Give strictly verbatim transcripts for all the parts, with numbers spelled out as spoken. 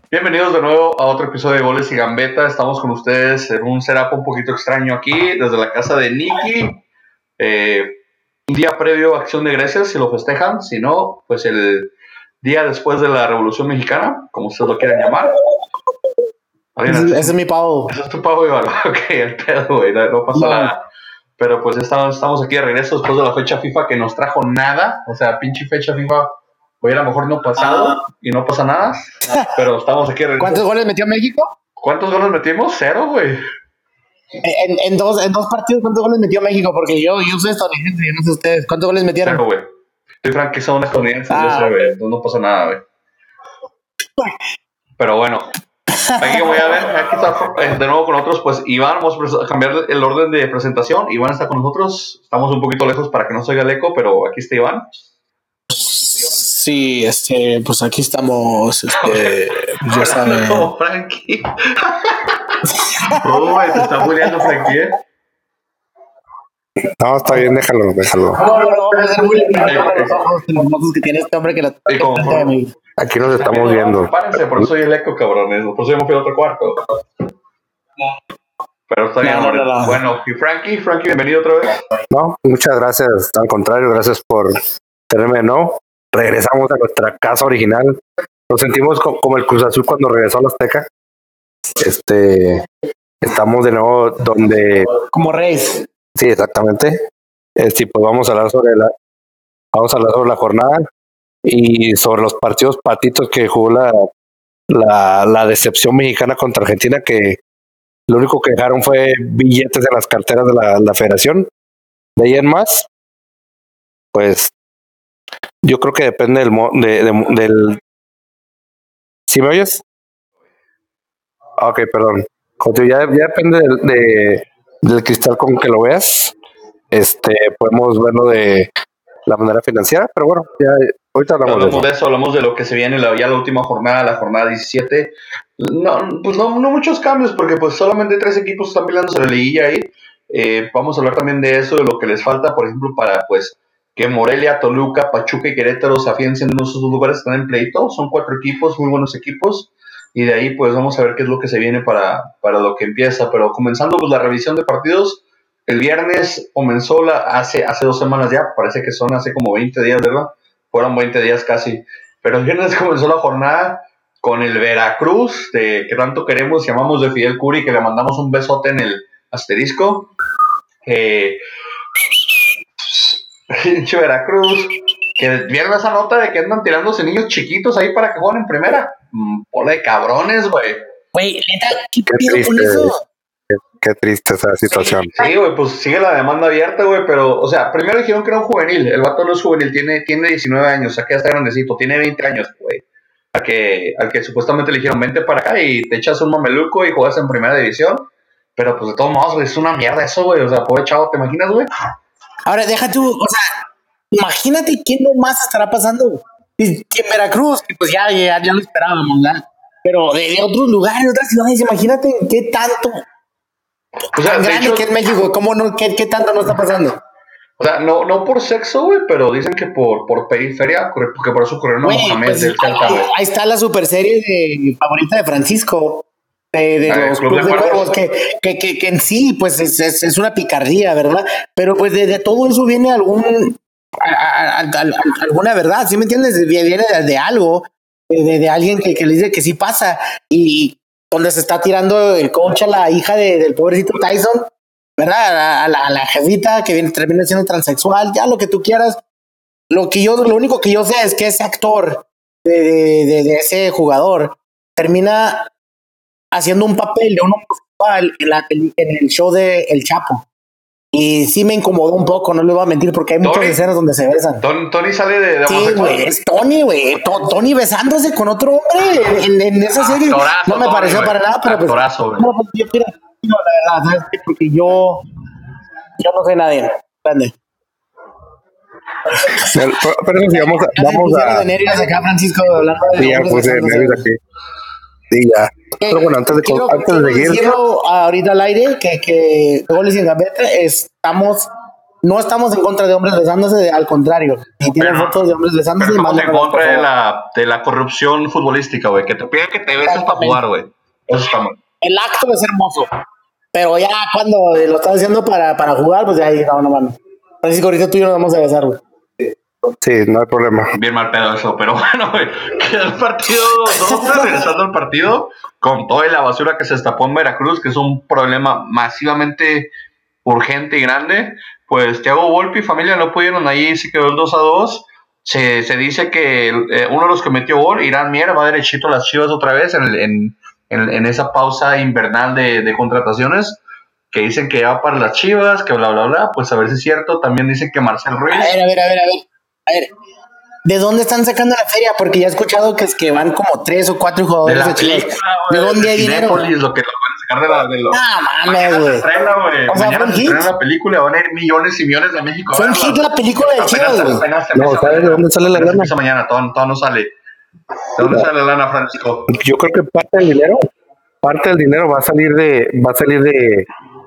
Bienvenidos de nuevo a otro episodio de Goles y Gambeta. Estamos con ustedes en un setup un poquito extraño aquí, desde la casa de Nicky. Eh, un día previo a Acción de Gracias, si lo festejan. Si no, pues el día después de la Revolución Mexicana, como ustedes lo quieran llamar. Ese, ese es mi pavo. Ese es tu pavo, Iván. Ok, el pedo, güey, no, no pasa no. nada. Pero pues estamos, estamos aquí de regreso después de la fecha FIFA que nos trajo nada. O sea, pinche fecha FIFA. Hoy a lo mejor no pasado ah. y no pasa nada, pero estamos aquí. ¿Cuántos goles metió México? ¿Cuántos goles metimos? Cero, güey. En, en, dos, en dos partidos, ¿cuántos goles metió México? Porque yo, yo soy estadounidense, yo no sé ustedes. ¿Cuántos goles metieron? Cero, güey. Estoy franco que son estadounidenses, ah, yo sé, güey. No, no pasa nada, güey. Pero bueno, aquí como ya ven, aquí está de nuevo con nosotros, pues Iván, vamos a cambiar el orden de presentación. Iván está con nosotros, estamos un poquito lejos para que no se oiga el eco, pero aquí está Iván. Sí, este, pues aquí estamos, este, ya saben. Como Frankie. Oh, te está bulleando Frankie, ¿eh? No, está bien, déjalo, déjalo. No, no, no, es el bullying los ojos hermosos que tiene este hombre que la de mí. Aquí nos estamos viendo. Párense, por eso soy el eco, cabrones, por eso yo me fui a otro cuarto. Pero está bien, no, no, no, no. Bueno, y Frankie, Frankie, bienvenido otra vez. No, muchas gracias, al contrario, gracias por tenerme de nuevo. Regresamos a nuestra casa original. Nos sentimos co- como el Cruz Azul cuando regresó a la Azteca. Este, estamos de nuevo donde... Como Reyes. Sí, exactamente. Este, pues vamos a hablar sobre la, vamos a hablar sobre la jornada y sobre los partidos patitos que jugó la, la, la decepción mexicana contra Argentina, que lo único que dejaron fue billetes en las carteras de la, la Federación. De ahí en más, pues yo creo que depende del, de, de, del... ¿Sí me oyes? Ok, perdón. Ya, ya depende del, de, del cristal con que lo veas. Este, podemos verlo de la manera financiera, pero bueno, ya ahorita hablamos, hablamos de, eso. de eso, hablamos de lo que se viene la, ya la última jornada, la jornada diecisiete. No, pues no, no muchos cambios, porque pues solamente tres equipos están peleándose la liguilla ahí. Eh, vamos a hablar también de eso, de lo que les falta, por ejemplo, para pues que Morelia, Toluca, Pachuca y Querétaro se afiancen en esos dos lugares, están en pleito. Son cuatro equipos, muy buenos equipos, y de ahí pues vamos a ver qué es lo que se viene para, para lo que empieza. Pero comenzando pues la revisión de partidos, el viernes comenzó la, hace, hace dos semanas ya, parece que son hace como veinte días, ¿verdad? Fueron veinte días casi, pero el viernes comenzó la jornada con el Veracruz, de, que tanto queremos, llamamos de Fidel Curi, que le mandamos un besote en el asterisco. Eh, Pinche Veracruz, que vieron esa nota de que andan tirándose niños chiquitos ahí para que jueguen en primera. Mm, bola de cabrones, güey. Güey, neta, ¿qué pido con eso? Qué, qué triste esa situación. Sí, güey, pues sigue la demanda abierta, güey, pero, o sea, primero dijeron que era un juvenil. El vato no es juvenil, tiene, tiene diecinueve años, o sea, que ya está grandecito, tiene veinte años, güey. Al que, al que supuestamente le dijeron, vente para acá y te echas un mameluco y juegas en primera división. Pero, pues, de todos modos, güey, es una mierda eso, güey. O sea, pobre chavo, ¿te imaginas, güey? Ahora, deja tú, o sea, imagínate qué nomás estará pasando. Y que en Veracruz, que pues ya, ya, ya lo esperábamos, ¿verdad? Pero de, de otros lugares, de otras ciudades, imagínate qué tanto... O sea, tan grande hecho, que es México, ¿cómo no, qué, qué tanto no está pasando? O sea, no, no por sexo, güey, pero dicen que por, por periferia, porque por eso ocurrió una Mohamed pues, del Celta, güey. Ahí está la super serie de favorita de Francisco, de, de los clubes de cuervos, que, que, que, que en sí, pues es, es, es una picardía, ¿verdad? Pero pues de, de todo eso viene algún a, a, a, a, alguna verdad, ¿sí me entiendes? Viene de, de algo, de, de, de alguien que, que le dice que sí pasa, y donde se está tirando el coach a la hija de, del pobrecito Tyson, ¿verdad? A la, a la jefita que viene, termina siendo transexual, ya lo que tú quieras. Lo que yo, lo único que yo sé es que ese actor de, de, de, de ese jugador termina haciendo un papel de un homosexual en, la, en el show de El Chapo. Y sí me incomodó un poco, no le voy a mentir, porque hay muchas escenas donde se besan. Tony, Tony sale de, de sí, güey, es Tony, güey. Tony besándose con otro hombre en, en esa serie. Actorazo, no me Tony, pareció wey. Para nada, pero Actorazo, pues, no, pues yo quiero, no, la verdad, ¿sabes? Porque yo, yo no soy nadie. Grande. Pero, pero si vamos a... Vamos a... de nervios acá, Francisco, hablando de... Sí, ya puse de nervios aquí. Sí, ya. Pero bueno, antes de, quiero, antes de seguir... decirlo ahorita al aire, que, que Goles y Gambeta estamos No estamos en contra de hombres besándose, al contrario. Si tienen Pero- fotos de hombres besándose, Pero estamos en mándenmelas, por contra de favor. la, de la corrupción futbolística, güey. Que te piden que te beses para jugar, güey. Eso está mal. El acto es hermoso, pero ya cuando lo estás haciendo para, para jugar, pues ya ahí, no, no mames. Francisco, ahorita tú y yo nos vamos a besar, güey. Sí, no hay problema. Bien mal pedo eso, pero bueno, güey. Quedó el partido dos, regresando al partido, con toda la basura que se destapó en Veracruz, que es un problema masivamente urgente y grande. Pues Thiago Volpi y familia no pudieron ahí, se quedó el dos a dos. Se, se dice que eh, uno de los que metió gol, Irán Mier, va derechito a las Chivas otra vez en, el, en, en, en esa pausa invernal de, de contrataciones, que dicen que va para las Chivas, que bla, bla, bla. Pues a ver si es cierto. También dicen que Marcel Ruiz. A ver, a ver, a ver, a ver. A ver, ¿de dónde están sacando la feria? Porque ya he escuchado que es que van como tres o cuatro De jugadores la de Chivas. película, ¿De güey, dónde hay dinero? Cinépolis, lo que lo van a sacar de la de los. Ah, mames, Mañana güey. se estrena, güey. O sea, Mañana fue un se hit. estrena la película, van a ir millones y millones de México. a Fue un verla. hit la película de Apenas- Chivas, güey. apenas se No, empieza ¿sabes de mañana. dónde sale la Apenas lana? empieza mañana, todavía, todavía no sale. ¿De dónde sale la lana, Francisco? Yo creo que parte del dinero, parte del dinero va a salir de, va a salir de,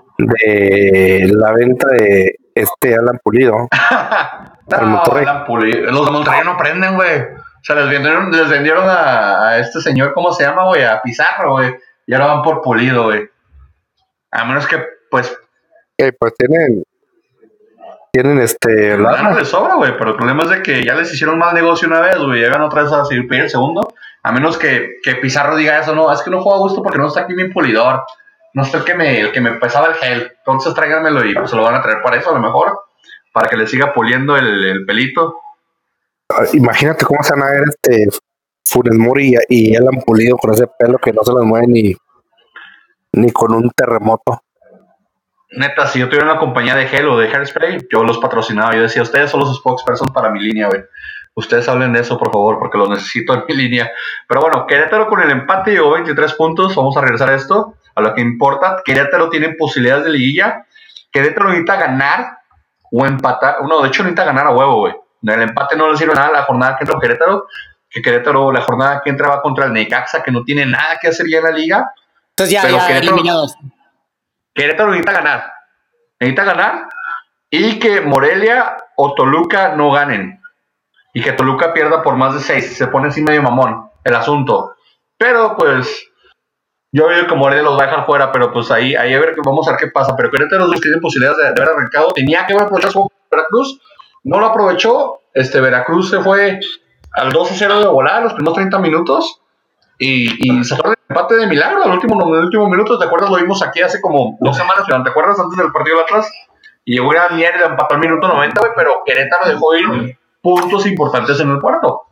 de la venta de este Alan Pulido. No, Monterrey. Alan Pulido. Los de Monterrey no prenden, güey. O sea, les vendieron, les vendieron a, a este señor, ¿cómo se llama, güey? A Pizarro, güey. Y ahora van por Pulido, güey. A menos que, pues, Eh, pues tienen, tienen este, la lana lana. les sobra, güey, pero el problema es de que ya les hicieron mal negocio una vez, güey, llegan otra vez a seguir pedir el segundo, a menos que, que Pizarro diga eso, no, es que no juego a gusto porque no está aquí mi pulidor, no está el que me, el que me pesaba el gel, entonces tráiganmelo y pues se lo van a traer para eso a lo mejor, para que le siga puliendo el, el pelito. Ah, imagínate cómo se van a ver este Funes Mori y, y Alan Pulido con ese pelo que no se los mueve ni, ni con un terremoto. Neta, si yo tuviera una compañía de gel o de hairspray, yo los patrocinaba, yo decía, ustedes son los spokespersons para mi línea, güey. Ustedes hablen de eso, por favor, porque lo necesito en mi línea. Pero bueno, Querétaro con el empate llegó veintitrés puntos. Vamos a regresar a esto, a lo que importa. Querétaro tiene posibilidades de liguilla. Querétaro necesita ganar o empatar. No, de hecho necesita ganar a huevo, güey. El empate no le sirve nada la jornada que entra a Querétaro. Que Querétaro, la jornada que entra va contra el Necaxa, que no tiene nada que hacer ya en la liga. Entonces ya, Pero ya Querétaro- eliminados. Querétaro necesita ganar. Necesita ganar y que Morelia o Toluca no ganen. Y que Toluca pierda por más de seis. Se pone así medio mamón el asunto. Pero pues yo veo que Morelia los va a dejar fuera. Pero pues ahí, ahí a ver, vamos a ver qué pasa. Pero Querétaro los tiene posibilidades de, de haber arrancado. Tenía que haber aprovechado su Veracruz. No lo aprovechó. Este Veracruz se fue al dos a cero de volada los primeros treinta minutos. Y, y sacaron el empate de milagro al último, en el último minuto. ¿Te acuerdas? Lo vimos aquí hace como dos semanas. ¿Te acuerdas? Antes del partido del Atlas. Y llegó a mierda, empató al minuto noventa, güey, pero Querétaro dejó ir puntos importantes en el puerto.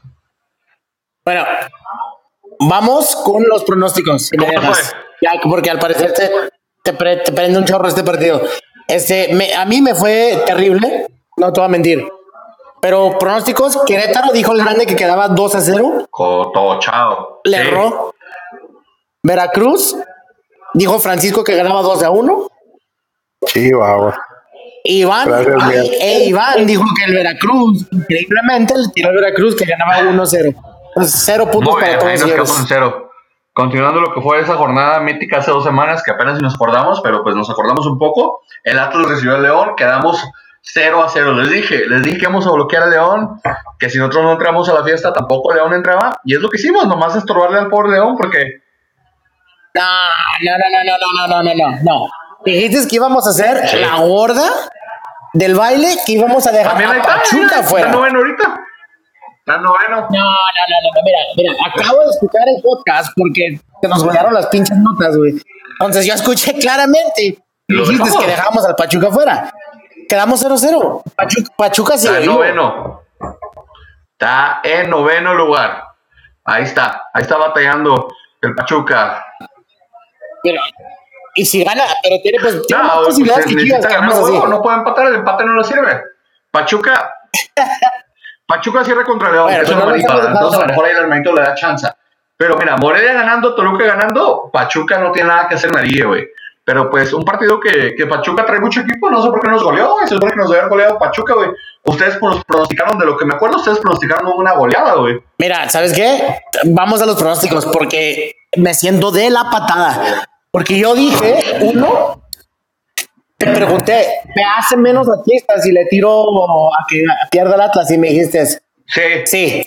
Bueno, vamos con los pronósticos. Si me ¿Cómo dejas. fue? Ya, porque al parecer te, te, pre- te prende un chorro este partido. Este, me- a mí me fue terrible, no te voy a mentir. Pero pronósticos, Querétaro dijo el grande que quedaba dos a cero. Cotochao. Le Sí. erró. Veracruz dijo Francisco que ganaba dos a uno. Sí, va, Iván, Gracias, ay, Miguel. e Iván dijo que el Veracruz, increíblemente, le tiró al Veracruz que ganaba uno a cero. Entonces, cero puntos Muy para bien, ahí todos nos quedamos en ellos. cero. Continuando lo que fue esa jornada mítica hace dos semanas, que apenas si nos acordamos, pero pues nos acordamos un poco. El Atlas recibió al León, quedamos cero a cero. Les dije, les dije que íbamos a bloquear al León, que si nosotros no entramos a la fiesta, tampoco León entraba. Y es lo que hicimos, nomás estorbarle al pobre León, porque No, no, no, no, no, no, no, no, no. Dijiste que íbamos a hacer Sí. la gorda del baile, que íbamos a dejar también ahí a está, Pachuca mira, afuera. está No, noveno ahorita. Está noveno. no, no, no, no, mira, mira, acabo de escuchar el podcast porque se nos volaron las pinches notas, güey. Entonces yo escuché claramente. Lo Dijiste dejamos. que dejamos al Pachuca afuera. Quedamos cero cero. Pachuca, Pachuca Está sigue en vivo. noveno. Está en noveno lugar. Ahí está. Ahí está batallando el Pachuca. Pero, y si gana, pero tiene pues tiene más No, posibilidades pues, que Chivas, necesita ganar quedamos así. huevo, no puede empatar, el empate no le sirve. Pachuca, Pachuca cierra contra León, Bueno, que es pues una no lo manita, estamos dejando entonces a lo fuera. mejor ahí el hermanito le da chance. Pero mira, Morelia ganando, Toluca ganando, Pachuca no tiene nada que hacer nadie, güey. Pero pues un partido que, que Pachuca trae mucho equipo, no sé por qué nos goleó, güey. Se supone que nos debe haber goleado Pachuca, güey. Ustedes pues, pronosticaron, de lo que me acuerdo, ustedes pronosticaron una goleada, güey. Mira, ¿sabes qué? Vamos a los pronósticos porque me siento de la patada. Porque yo dije uno te pregunté, ¿me hace menos atlistas si le tiro a que pierda el Atlas? Y me dijiste, sí. Sí.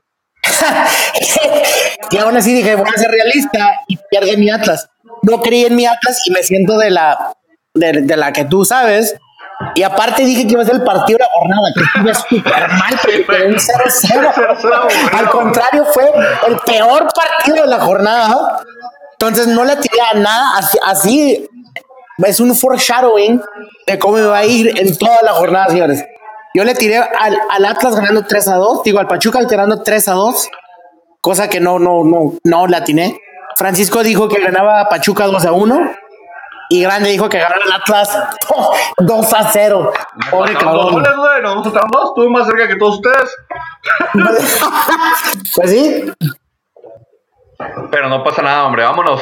Y aún así dije, voy a ser realista y pierde mi Atlas. No creí en mi Atlas y me siento de la, de, de la que tú sabes. Y aparte dije que iba a ser el partido de la jornada, que estuve súper mal, pero fue un cero cero. Al contrario, fue el peor partido de la jornada. Entonces no le tiré a nada, así, así es un foreshadowing de cómo me va a ir en toda la jornada, señores. Yo le tiré al, al Atlas ganando tres a dos, digo al Pachuca ganando tres a dos, cosa que no, no, no, no la atiné. Francisco dijo que ganaba Pachuca dos a uno y Grande dijo que ganaba el Atlas oh, dos a cero. Pobre cabrón. Bueno, nosotros estuve más cerca que todos ustedes. Pues sí. Pero no pasa nada, hombre, vámonos.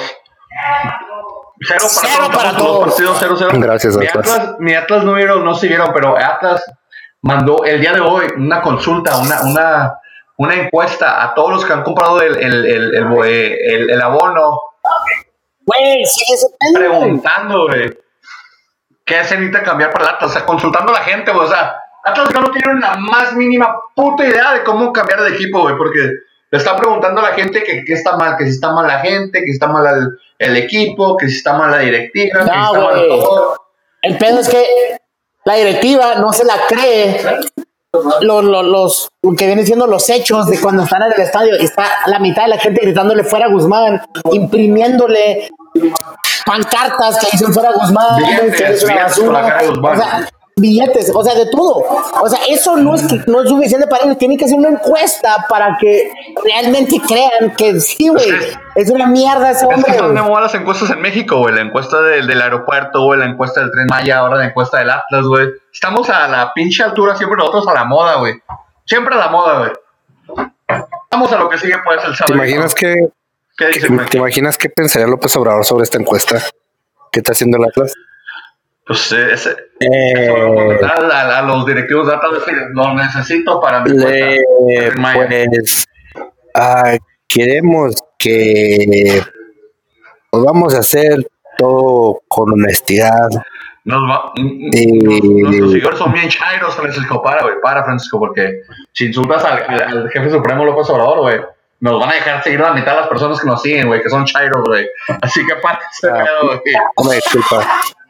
Cero para cero todos, para todos. Partidos, cero, cero. Gracias, mi Atlas. Atlas. Mi Atlas no vieron, no siguieron, pero Atlas mandó el día de hoy una consulta, una, una, una encuesta a todos los que han comprado el, el, el, el, el, el abono. Güey, sigue ese pedo. Preguntando, güey, qué se necesita cambiar para el Atlas. O sea, consultando a la gente, güey. O sea, Atlas no tienen la más mínima puta idea de cómo cambiar de equipo, güey, porque le están preguntando a la gente que qué está mal, que si está mal la gente, que si está mal el, el equipo, que si está mal la directiva, no, que si está mal todo. El pedo es que la directiva no se la cree los, los, los que vienen siendo los hechos de cuando están en el estadio. Está la mitad de la gente gritándole fuera Guzmán, imprimiéndole pancartas que dicen fuera Guzmán, Billetes, que es una billetes con la basura. cara de Guzmán. O sea, billetes, o sea, de todo. O sea, eso no es, que, no es suficiente para ellos. Tienen que hacer una encuesta para que realmente crean que sí, güey. Es una mierda ese hombre. Es que son de moda las encuestas en México, güey. La encuesta del, del aeropuerto, güey. La encuesta del Tren Maya, ahora la encuesta del Atlas, güey. Estamos a la pinche altura, siempre nosotros a la moda, güey. Siempre a la moda, güey. Vamos a lo que sigue, pues, el sábado. ¿Te imaginas que, ¿Qué dice, que ¿Te imaginas qué pensaría López Obrador sobre esta encuesta que está haciendo el Atlas? Pues eh, ese, Eh, a, a, a los directivos de Atlas decir, lo necesito para mi le, encuesta. pues ah, queremos que pues vamos a hacer todo con honestidad. Nos va, y, nuestros seguidores son bien chairos, Francisco. Para, güey, para, Francisco, porque si insultas al, al, al jefe supremo López Obrador, güey, nos van a dejar seguir la mitad de las personas que nos siguen, güey, que son chairos, güey. Así que para ese ah, pedo, güey. Una disculpa.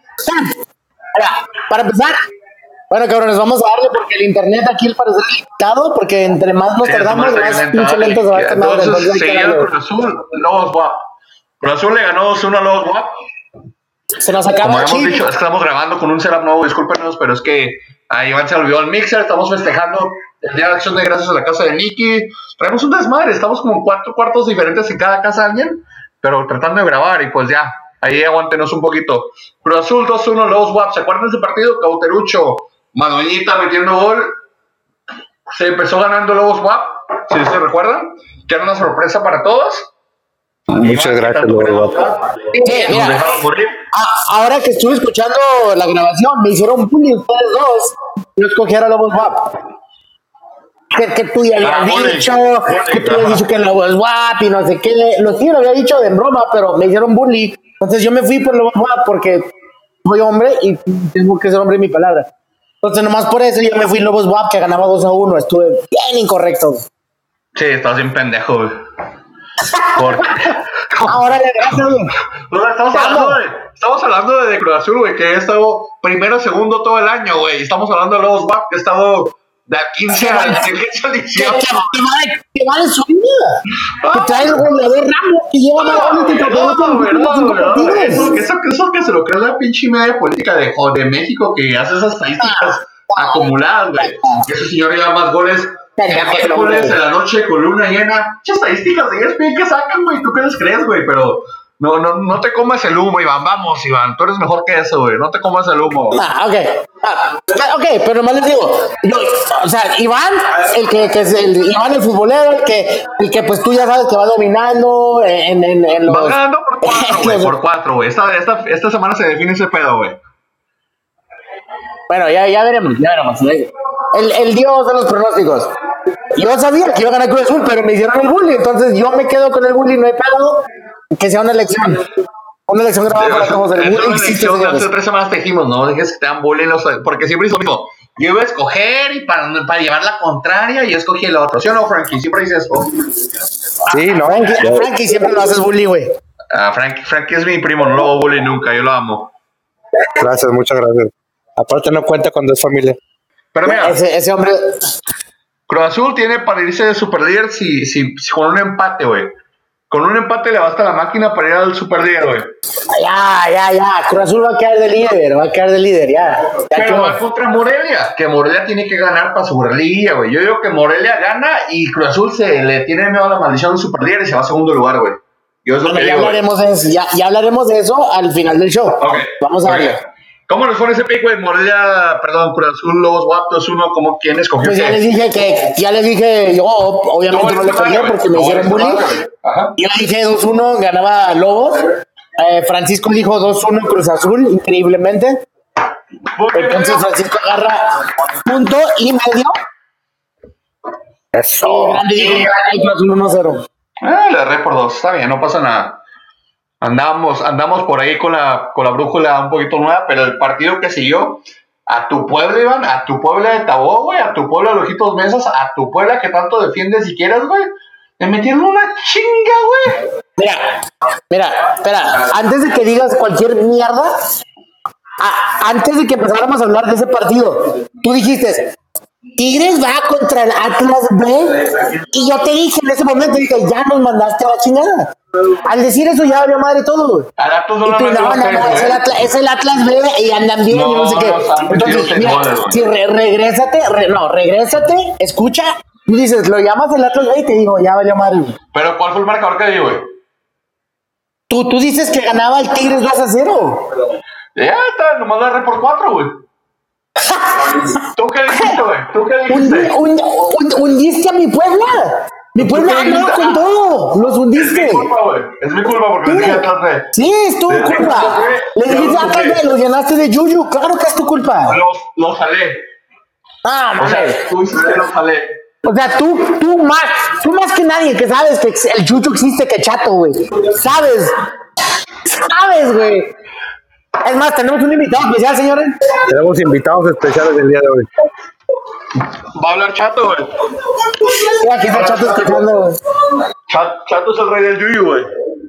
Para, para empezar, bueno, cabrones, vamos a darle porque el internet aquí al parecer es limitado, porque entre más nos Sí, tardamos, más más pinche lento se va a estar. Entonces, Entonces, seguía el Cruz Azul, Lobos W A P. Cruz Azul le ganó dos uno a Lobos W A P. se nos Como acaba el hemos chip. dicho, es que estamos grabando con un setup nuevo, discúlpenos, pero es que a Iván se olvidó el mixer, estamos festejando el Día de Acción de Gracias a la casa de Nicky. Traemos un desmadre, estamos como en cuatro cuartos diferentes en cada casa de alguien, pero tratando de grabar y pues ya, ahí aguántenos un poquito. Cruz Azul dos uno, Lobos W A P. ¿Se acuerdan de ese partido? Cauterucho, Manuelita metiendo gol. Se empezó ganando Lobos W A P, si se recuerdan, que era una sorpresa para todos. Muchas gracias, Lobos W A P. Sí, Nos mira, dejaron morir. a- ahora que estuve escuchando la grabación, me hicieron bullying ustedes dos. Yo escogí a Lobos W A P. Que, que tú ya habías Ah, bullying, dicho, bullying, que tú ajá. habías dicho que Lobos W A P y no sé qué. Lo sí lo había dicho de broma, pero me hicieron bullying. Entonces yo me fui por Lobos W A P porque soy hombre y tengo que ser hombre en mi palabra. Entonces nomás por eso yo me fui Lobos W A P que ganaba dos a uno. Estuve bien incorrecto. Sí, estás bien pendejo, güey. Porque... Ahora le gracias, güey. No, estamos, hablando de, estamos hablando de Cruz Azul, güey, que ha estado primero, segundo todo el año, güey. Estado hablando de Lobos W A P, que ha estado de quince a dieciocho. Que, que, vale, que vale su vida. Que trae el goleador Ramos que lleva más goles que campeonato en los últimos cinco partidos. Eso, eso, eso que se lo cree la pinche media política de, de México que hace esas estadísticas acumuladas, güey. Que ese señor lleva más goles que goles en la noche con luna llena. Muchas estadísticas de E S P N que sacan, güey. ¿Tú qué les crees, güey? Pero no, no, no te comas el humo, Iván. Vamos, Iván. Tú eres mejor que eso, güey. No te comas el humo. Ah, ok. Ah, ok, pero nomás les digo, yo, o sea, Iván, el que, que es el Iván el futbolero, el que, el que pues tú ya sabes que va dominando en, en, en los... Vas ganando por cuatro, güey. Por cuatro, güey. Esta, esta, esta semana se define ese pedo, güey. Bueno, ya, ya veremos, ya veremos. El, el dios de los pronósticos. Yo sabía que iba a ganar Cruz Azul, pero me hicieron el bullying, entonces yo me quedo con el bullying, no hay pedo, que sea una elección. Una lección grabada para todos. El bullying existe, de hace tres semanas te dijimos, no dejes que te dan bullying, porque siempre hizo lo mismo. Yo iba a escoger y para, para llevar la contraria, y escogí el otro. ¿Sí o no, Frankie? Siempre dices eso. Sí, no. Frankie, a Frankie siempre lo haces bullying, güey. Ah, Frankie, Frankie es mi primo, no lo hago bullying nunca, yo lo amo. Gracias, muchas gracias. Aparte no cuenta cuando es familia. Pero mira, ese, ese hombre... Cruz Azul tiene para irse de superlíder si, si, si con un empate, güey. Con un empate le basta la máquina para ir al superlíder, güey. Ya, ya, ya. Cruz Azul va a quedar de líder, va a quedar de líder, ya. ya Pero quedó. va contra Morelia, que Morelia tiene que ganar para superlíder, güey. Yo digo que Morelia gana y Cruz Azul se le tiene miedo a la maldición del superlíder y se va a segundo lugar, güey. Yo es lo Bueno, que ya, digo, hablaremos de eso, ya, ya hablaremos de eso al final del show. Okay. Vamos a okay. verlo. ¿Cómo nos fue en ese pick, güey? Morelia, perdón, Cruz Azul, Lobos Guapos, uno, ¿cómo quién escogió? Pues ya les dije que, ya les dije, yo obviamente no, no le pegué porque me hicieron bullying. Yo dije dos uno, ganaba Lobos. Eh, Francisco dijo dos uno Cruz Azul, increíblemente. Entonces Francisco agarra punto y medio. Eso. Y grande dijo Cruz Azul uno cero. Ah, le erré por dos, está bien, no pasa nada. Andamos, andamos por ahí con la, con la brújula un poquito nueva, pero el partido que siguió, a tu Puebla, Iván, a tu Puebla de Tabó, güey, a tu Puebla de Ojitos Mesas, a tu Puebla que tanto defiendes si quieres, güey, le metieron una chinga, güey. Mira, mira, espera, antes de que digas cualquier mierda, a, antes de que empezáramos a hablar de ese partido, tú dijiste, Tigres va contra el Atlas B, y yo te dije en ese momento, dije, ya nos mandaste a la chingada. Al decir eso ya valió madre todo, güey. Al Atlas no y tú, no, no, no, es el, Atlas, es el Atlas B y andan bien no, y no sé qué. No, entonces, mira, goles, si re, regrésate, re, no, regrésate, escucha, tú dices, lo llamas el Atlas B y te digo, ya valió madre, güey. Pero ¿cuál fue el marcador que dio, güey? Tú, tú dices que ganaba el Tigres dos a cero. Ya está, nomás la re por cuatro, güey. ¿Tú qué dijiste, güey? ¿Tú qué dijiste? Un, un, un, hundiste a mi Puebla. Mi Puebla andaba con todo. Los hundiste. Es mi culpa, güey. Es mi culpa porque le dije Atlas B. Sí, es tu sí, culpa. Le dijiste Atlas B, los llenaste de yuyu. Claro que es tu culpa. Los, los jalé. Ah, o sea, tú hiciste los jalé. O sea, tú, tú más, tú más que nadie que sabes que el yuyu existe que chato, güey. Sabes. Sabes, güey. Es más, tenemos un invitado especial, señores. Tenemos invitados especiales el día de hoy. Va a hablar Chato, güey. Sí, aquí está Chato escuchando, güey. Chato, Chato es el rey del yuyu, güey.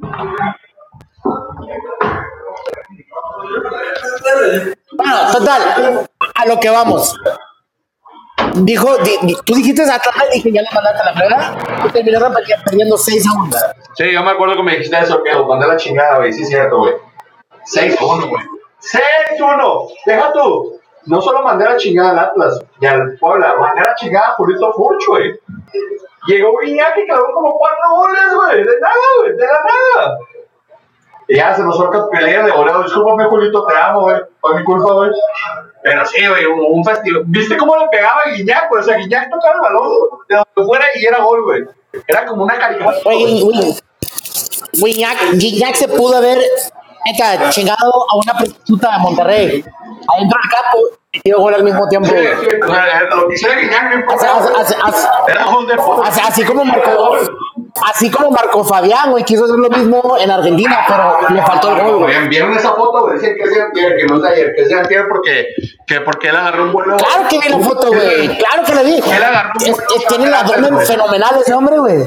Bueno, total, a lo que vamos. Dijo, di, di, tú dijiste Atlas, dije, ya le mandaste a la plena. Y terminaron perdiendo seis a uno. Sí, yo me acuerdo que me dijiste eso, que lo mandé a la chingada, güey. Sí, es cierto, güey. seis a uno, güey. seis a uno. Deja tú. No solo mandé a la chingada al Atlas y al Puebla, mandé a la chingada a Julito Furch, güey. Llegó Guiñac y clavó como cuatro goles, güey. De nada, güey. De la nada. Y ya se nos fue el pelea de goleo. Discúlpame, Julito, te amo, güey. Fue mi culpa, güey. Pero sí, güey, un, un festival. ¿Viste cómo le pegaba a Guiñac, güey? O sea, Guiñac tocaba el balón de donde fuera y era gol, güey. Era como una caricatura. Oye, güey. Guiñac, Guiñac se pudo haber neta, chingado a una prostituta de Monterrey. Adentro del campo y dio gol al mismo tiempo. Sí, sí, o sea, lo que hiciera Guiñac no importa. Así, así, era gol de fútbol. Así, así como Marco, así como Marco Fabián, güey, quiso hacer lo mismo en Argentina, pero le faltó el gol, güey. ¿Vieron esa foto, güey? Dicen que es de antier, que no es de ayer, que es de antier porque, que porque él agarró un vuelo. Claro que vi la foto, güey. Claro que la vi. Él agarró un vuelo. Es, es, tiene el abdomen fenomenal ese hombre, güey.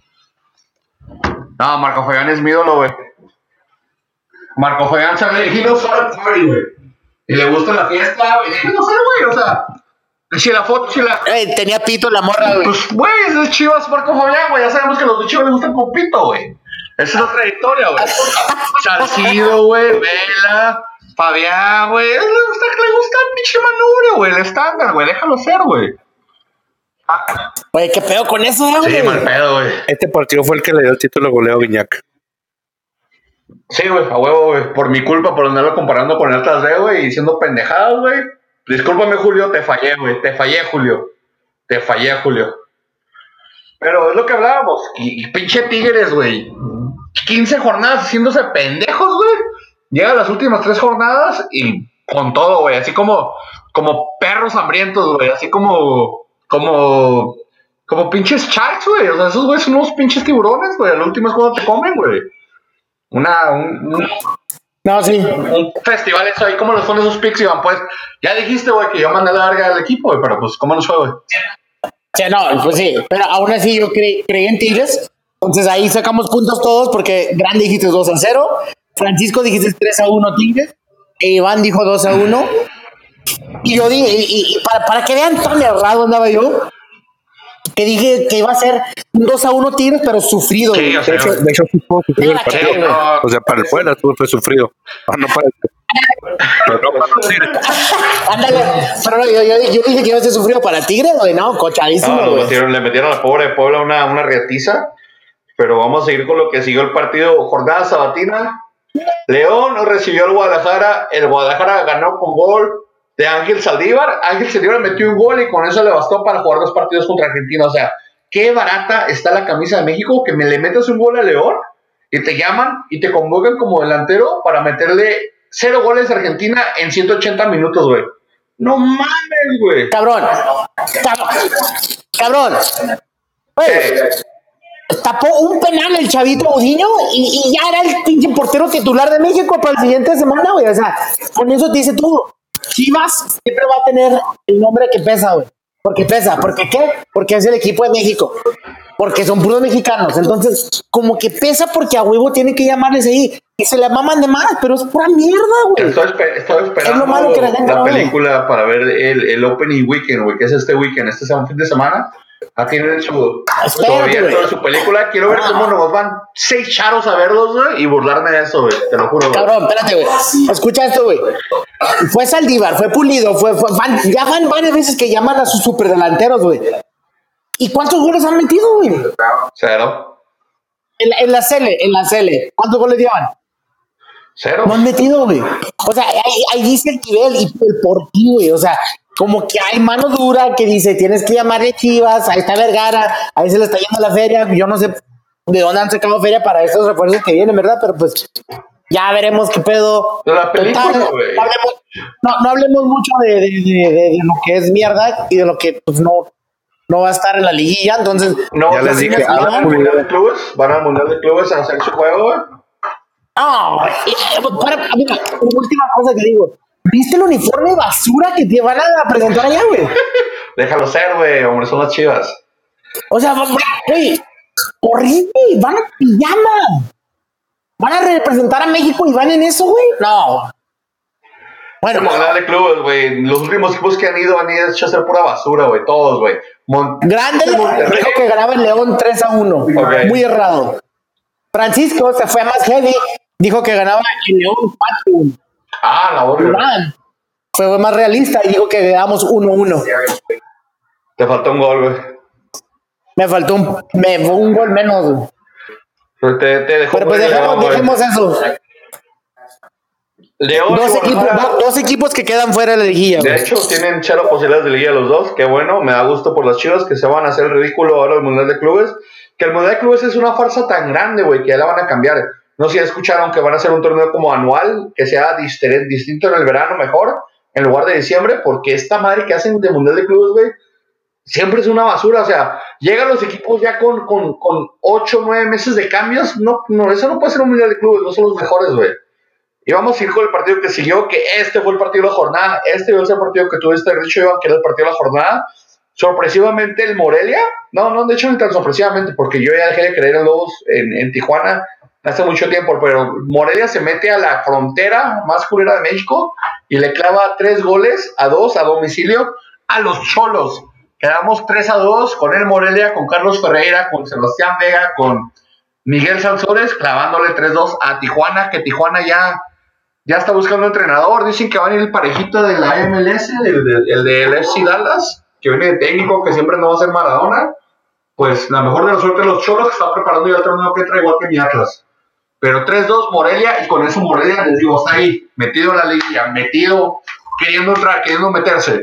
No, Marco Fabián es mi ídolo, güey. Marco Fabián sabe, he knows how to party, güey. Y le gusta la fiesta, güey. No sé, güey, o sea. Si la foto, si la. Ey, tenía pito la morra, güey. Pues, güey, ese es Chivas Marco Fabián, güey. Ya sabemos que los de Chivas les gustan con pito, güey. Esa es la trayectoria, güey. Salcido, güey, Vela, Fabián, güey. Le gusta, le gusta el pinche manubrio, güey. El estándar, güey. Déjalo ser, güey. Oye, ¿qué pedo con eso, güey? Sí, mal pedo, güey. Este partido fue el que le dio el título de goleo a Guiñac. Sí, güey, a huevo, güey. Por mi culpa, por andarlo comparando con el Atlas B, güey, y diciendo pendejadas, güey. Discúlpame, Julio, te fallé, güey. Te fallé, Julio. Te fallé, Julio. Pero es lo que hablábamos. Y, y pinche Tigres, güey. quince jornadas haciéndose pendejos, güey. Llega a las últimas tres jornadas y con todo, güey. Así como, como perros hambrientos, güey. Así como, como, como pinches sharks, güey. O sea, esos güeyes son unos pinches tiburones, güey. Al último es cuando te comen, güey. Una, un, un, no, sí. un festival eso ahí, ¿cómo nos ponen esos picks, Iván? Pues, ya dijiste, güey, que yo mandé la verga al equipo, güey, pero pues, ¿cómo nos fue, güey? Sí, no, pues sí, pero aún así yo cre creí en Tigres, entonces ahí sacamos puntos todos, porque Grande dijiste dos a cero, Francisco dijiste tres a uno Tigres, e Iván dijo dos a uno, y yo dije, y, y, y para, para que vean tan errado andaba yo, que dije que iba a ser un dos a uno Tigres, pero sufrido. Sí, o sea, de hecho, de hecho sí fue sufrido el partido. Sí, no. O sea, para el Puebla fue sufrido. Ah, no para el... Pero no para el Tigres. Ándale, pero no, yo, yo, yo dije que iba a ser sufrido para Tigres, güey, no, cochadísimo, no, güey. metieron, le metieron al pobre Puebla una, una rietiza, pero vamos a seguir con lo que siguió el partido, jornada sabatina. León recibió al Guadalajara, el Guadalajara ganó con gol de Ángel Saldívar. Ángel Saldívar metió un gol y con eso le bastó para jugar dos partidos contra Argentina. O sea, qué barata está la camisa de México, que me le metes un gol a León y te llaman y te convocan como delantero para meterle cero goles a Argentina en ciento ochenta minutos, güey. No mames, güey. Cabrón, cabrón, cabrón. Güey, tapó un penal el chavito Udiño y, y ya era el pinche portero titular de México para el siguiente semana, güey. O sea, con eso te dice todo. Chivas siempre va a tener el nombre que pesa, güey. Porque pesa. ¿Por qué qué? Porque es el equipo de México. Porque son puros mexicanos. Entonces, como que pesa porque a huevo tiene que llamarles ahí. Y se le maman de más, pero es pura mierda, güey. Estoy, estoy esperando es lo malo que la, gente la no película ve. Para ver el, el opening weekend, güey, que es este weekend, este fin de semana. Ah, tienen su, su abierto de su película. Quiero ver ah. cómo nos van seis charos a verlos, güey, y burlarme de eso, güey. Te lo juro, güey. Cabrón, espérate, güey. Escucha esto, güey. Fue Saldívar, fue Pulido, fue, fue van, ya van varias veces que llaman a sus superdelanteros, güey. ¿Y cuántos goles han metido, güey? Cero. En, en la C L, en la C L. ¿Cuántos goles llevan? Cero. No han metido, güey. O sea, ahí, ahí dice el nivel y el por qué, güey. O sea, como que hay mano dura que dice, tienes que llamarle Chivas, ahí está Vergara, ahí se le está yendo la feria. Yo no sé de dónde han sacado feria para estos refuerzos que vienen, ¿verdad? Pero pues ya veremos qué pedo. De la película, güey. No, no, no hablemos mucho de, de, de, de, de lo que es mierda y de lo que pues no, no va a estar en la liguilla. Entonces, no, ya les dije, van al Mundial de Clubes, van al Mundial de Clubes a hacer su juego, güey. No, para, mira, última cosa que digo. ¿Viste el uniforme basura que te van a presentar allá, güey? Déjalo ser, güey, hombre, son las Chivas. O sea, güey, horrible, van a pijama. ¿Van a representar a México y van en eso, güey? No. Bueno, como Mundial de Clubes, güey. Los últimos equipos que han ido han ido a hacer pura basura, güey. Todos, güey. Mon Grande dijo que ganaba el León tres a uno. Okay. Muy errado. Francisco se fue más heavy. Dijo que ganaba el León cuatro a uno. Ah, la borra. Fue más realista y dijo que quedamos uno a uno. Te faltó un gol, güey. Me faltó un, me, un gol menos, güey. Pero, te, te dejó Pero pues dejemos, León, dejemos eso. León, dos, equipos, dos, dos equipos que quedan fuera de la liguilla. De güey. hecho, tienen cero posibilidades de liguilla los dos. Qué bueno, me da gusto por las Chivas que se van a hacer el ridículo ahora el Mundial de Clubes. Que el Mundial de Clubes es una farsa tan grande, güey, que ya la van a cambiar. No sé si escucharon que van a hacer un torneo como anual, que sea distinto en el verano mejor, en lugar de diciembre, porque esta madre que hacen de Mundial de Clubes, güey, siempre es una basura. O sea, llegan los equipos ya con, con, con ocho, nueve meses de cambios. No, no, eso no puede ser un Mundial de Clubes, no son los mejores, güey. Y vamos a ir con el partido que siguió, que este fue el partido de la jornada. Este fue el partido que tuviste dicho, Iván, que era el partido de la jornada. Sorpresivamente el Morelia, no, no, de hecho ni tan sorpresivamente, porque yo ya dejé de creer en Lobos en, en Tijuana hace mucho tiempo, pero Morelia se mete a la frontera más culera de México y le clava tres goles a dos a domicilio a los Cholos. Quedamos tres a dos con el Morelia, con Carlos Ferreira, con Sebastián Vega, con Miguel Sansores, clavándole tres dos a Tijuana, que Tijuana ya, ya está buscando entrenador. Dicen que va a ir el parejito de la M L S, el, el, el de F C Dallas, que viene de técnico, que siempre no va a ser Maradona. Pues la mejor de la suerte de los Cholos, que está preparando ya el torneo que trae igual que mi Atlas. Pero tres dos Morelia, y con eso Morelia, les digo, está ahí, metido en la liguilla, metido, queriendo entrar, queriendo meterse.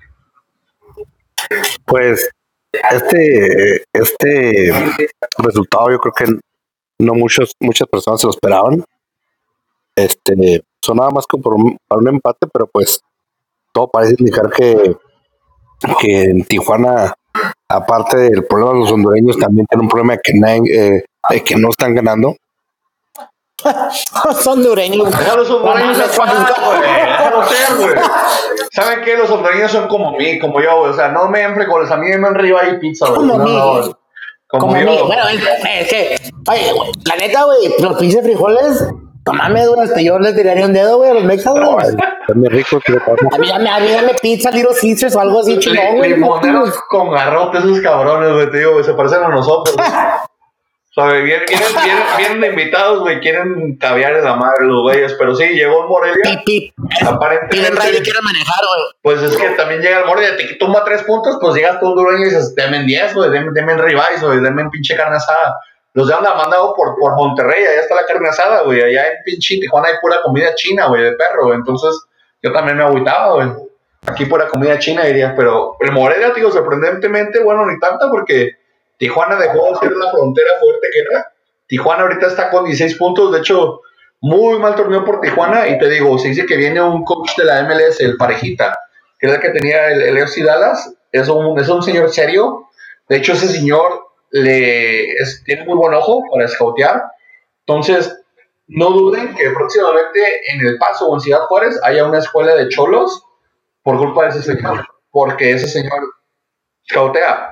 Pues este, este resultado yo creo que no muchos, muchas personas se lo esperaban. Este, sonaba más como por un, para un empate, pero pues todo parece indicar que, que en Tijuana, aparte del problema de los hondureños, también tiene un problema de que, nadie, eh, de que no están ganando. Son hondureños. Los hondureños se pasan, güey. Déjalo ser, güey. ¿Saben qué? Los hondureños son como mí, como yo, güey. O sea, no me den frijoles, a mí me dan arriba y pizza, güey. Como no, mí. No, como, como yo. mí. Bueno, es, es que, oye, la neta, güey, los pinches frijoles, no mames, güey, hasta yo les tiraría un dedo, güey, a los mexas, güey. Está muy rico. A mí dame, a mí dame pizza, Little Caesars o algo así, chingón, güey. Limoneros con garrote, esos cabrones, güey, te digo, güey, se parecen a nosotros. O sea, vienen, vienen, vienen, vienen de invitados, güey, quieren caviar en la madre los güeyes, pero sí, llegó el Morelia. Pip, pip. Aparentemente. Ray quiere manejar, güey. Pues es que también llega el Morelia, te tumba tres puntos, pues llegas tú hondureño y dices, denme diez, güey, denme, denme ribeyes, güey, denme pinche carne asada. Los de anda mandado por, por Monterrey, allá está la carne asada, güey, allá en pinche Tijuana hay pura comida china, güey, de perro, güey, entonces yo también me agüitaba, güey. Aquí pura comida china, diría, pero el Morelia, digo, sorprendentemente, bueno, ni tanta, porque Tijuana dejó de ser la frontera fuerte que era. Tijuana ahorita está con dieciséis puntos, de hecho, muy mal torneo por Tijuana, y te digo, se dice que viene un coach de la M L S, el Parejita, que es el que tenía el, el F C Dallas, es un, es un señor serio, de hecho ese señor le es, tiene muy buen ojo para scoutear, entonces no duden que próximamente en El Paso o en Ciudad Juárez haya una escuela de cholos por culpa de ese señor, porque ese señor scoutea.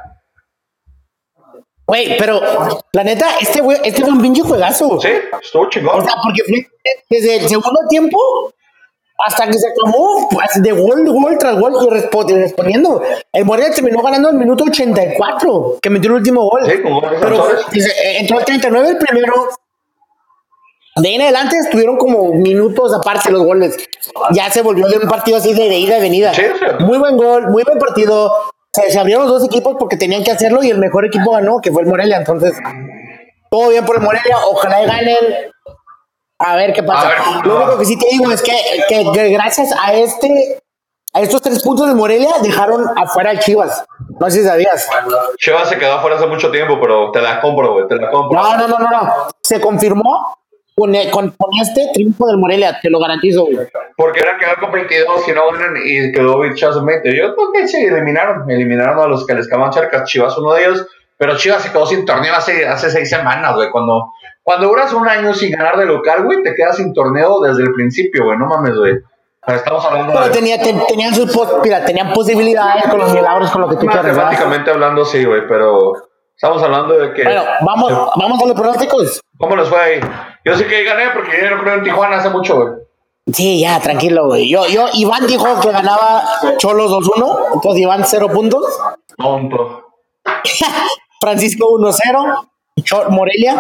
Güey, pero la neta, este güey, este fue un pinche juegazo. Sí, estuvo chingón. O sea, porque fue desde el segundo tiempo hasta que se acabó de gol, gol tras gol y respondiendo. El Morelia terminó ganando el minuto ochenta y cuatro, que metió el último gol. Sí, con goles pero entró el treinta y nueve el primero. De ahí en adelante estuvieron como minutos aparte los goles. Ya se volvió de un partido así de, de ida y venida. Sí, sí. Muy buen gol, muy buen partido. Se, se abrieron los dos equipos porque tenían que hacerlo y el mejor equipo ganó, que fue el Morelia. Entonces, todo bien por el Morelia. Ojalá y ganen. A ver qué pasa. Ver, Lo único que sí te digo es que, que, que gracias a este, a estos tres puntos de Morelia dejaron afuera al Chivas. No sé si sabías. Chivas se quedó afuera hace mucho tiempo, pero te la compro, güey, te la compro. No, no, no, no, no. Se confirmó con, con, con este triunfo del Morelia, te lo garantizo, güey. Porque era quedar con veintidós y no ganan y quedó bichazo veinte. Yo creo que se eliminaron, eliminaron a los que les quedaban cerca. Chivas uno de ellos, pero Chivas se quedó sin torneo hace, hace seis semanas, güey, cuando... Cuando duras un año sin ganar de local, güey, te quedas sin torneo desde el principio, güey. No mames, güey. Estamos hablando Pero de... tenía, ten, tenían sus pos, mira, tenían posibilidades con los milagros, con lo que tú quieras. Matemáticamente hablando, sí, güey, pero estamos hablando de que... Bueno, vamos, sí. vamos a los pronósticos. ¿Cómo les fue ahí? Yo sí que gané porque yo no creo en Tijuana hace mucho, güey. Sí, ya, tranquilo, güey. Yo, yo, Iván dijo que ganaba Cholos dos uno, entonces Iván cero puntos. Tonto. Francisco uno cero, Morelia.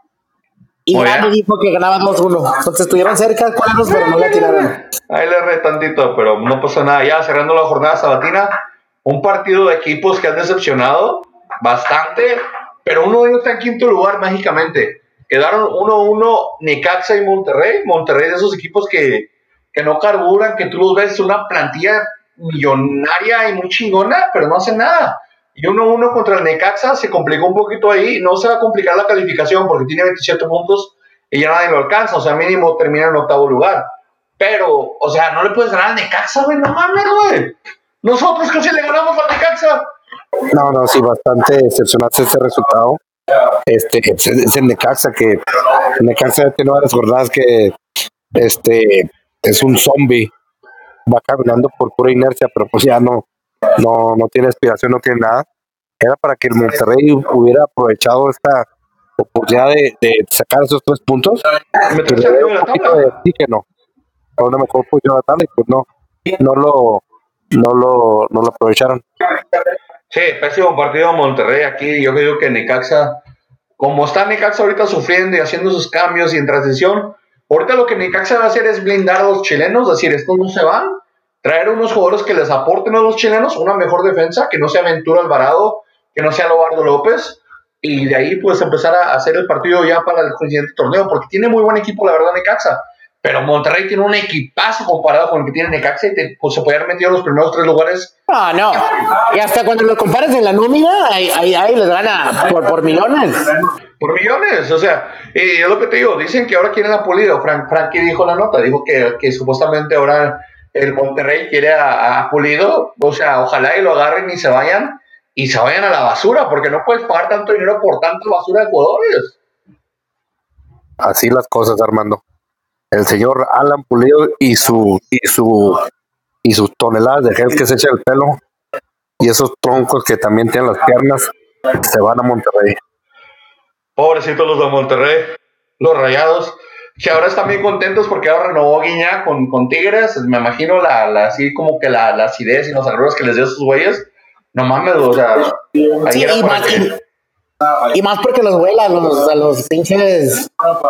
Y Iván dijo que ganaba dos uno. Entonces estuvieron cerca, cuadros, pero no le tiraron. Ahí le erré tantito, pero no pasó nada. Ya cerrando la jornada sabatina, un partido de equipos que han decepcionado bastante, pero uno de ellos está en quinto lugar mágicamente. Quedaron uno uno Necaxa y Monterrey. Monterrey de esos equipos que, que no carburan, que tú los ves, una plantilla millonaria y muy chingona, pero no hacen nada. Y uno uno contra el Necaxa se complicó un poquito ahí. No se va a complicar la calificación porque tiene veintisiete puntos y ya nadie lo alcanza. O sea, mínimo termina en octavo lugar. Pero, o sea, no le puedes ganar al Necaxa, güey. No mames, güey. Nosotros casi le ganamos al Necaxa. No, no, sí, bastante decepcionante este resultado. Este, es el Necaxa que el Necaxa tiene varias jornadas que este es un zombie. Va caminando por pura inercia, pero pues ya no. No, no tiene aspiración, no tiene nada. Era para que el Monterrey hubiera aprovechado esta oportunidad de, de sacar esos tres puntos. Me trae un poquito de oxígeno. A una mejor posición de la tabla y pues no, no lo, no lo, no lo aprovecharon. Sí, pésimo partido Monterrey aquí. Yo creo que Necaxa, como está Necaxa ahorita sufriendo y haciendo sus cambios y en transición, ahorita lo que Necaxa va a hacer es blindar a los chilenos, es decir, estos no se van. Traer unos jugadores que les aporten a los chilenos una mejor defensa, que no sea Ventura Alvarado, que no sea Lobardo López, y de ahí pues empezar a hacer el partido ya para el siguiente torneo, porque tiene muy buen equipo, la verdad, Necaxa, pero Monterrey tiene un equipazo comparado con el que tiene Necaxa y te, pues, se puede haber metido en los primeros tres lugares. No, no, y hasta cuando lo comparas en la nómina, ahí, ahí, ahí les gana por, por millones. Por millones, o sea, y es lo que te digo, dicen que ahora quieren a Pulido. Frank, Frankie dijo la nota, dijo que, que supuestamente ahora el Monterrey quiere a, a Pulido, o sea, ojalá y lo agarren y se vayan, y se vayan a la basura, porque no puedes pagar tanto dinero por tanta basura de jugadores. así las cosas, Armando. El señor Alan Pulido y su y su y sus toneladas de gel que se echa el pelo y esos troncos que también tienen las piernas se van a Monterrey. Pobrecitos los de Monterrey, los Rayados, que ahora están bien contentos porque ahora renovó Guiñac con, con Tigres. Me imagino la, la así como que la, la acidez y los agruros que les dio a sus güeyes. No mames, o sea, ahí sí, era y, para más, que... y, y más porque los vuelan los, a los pinches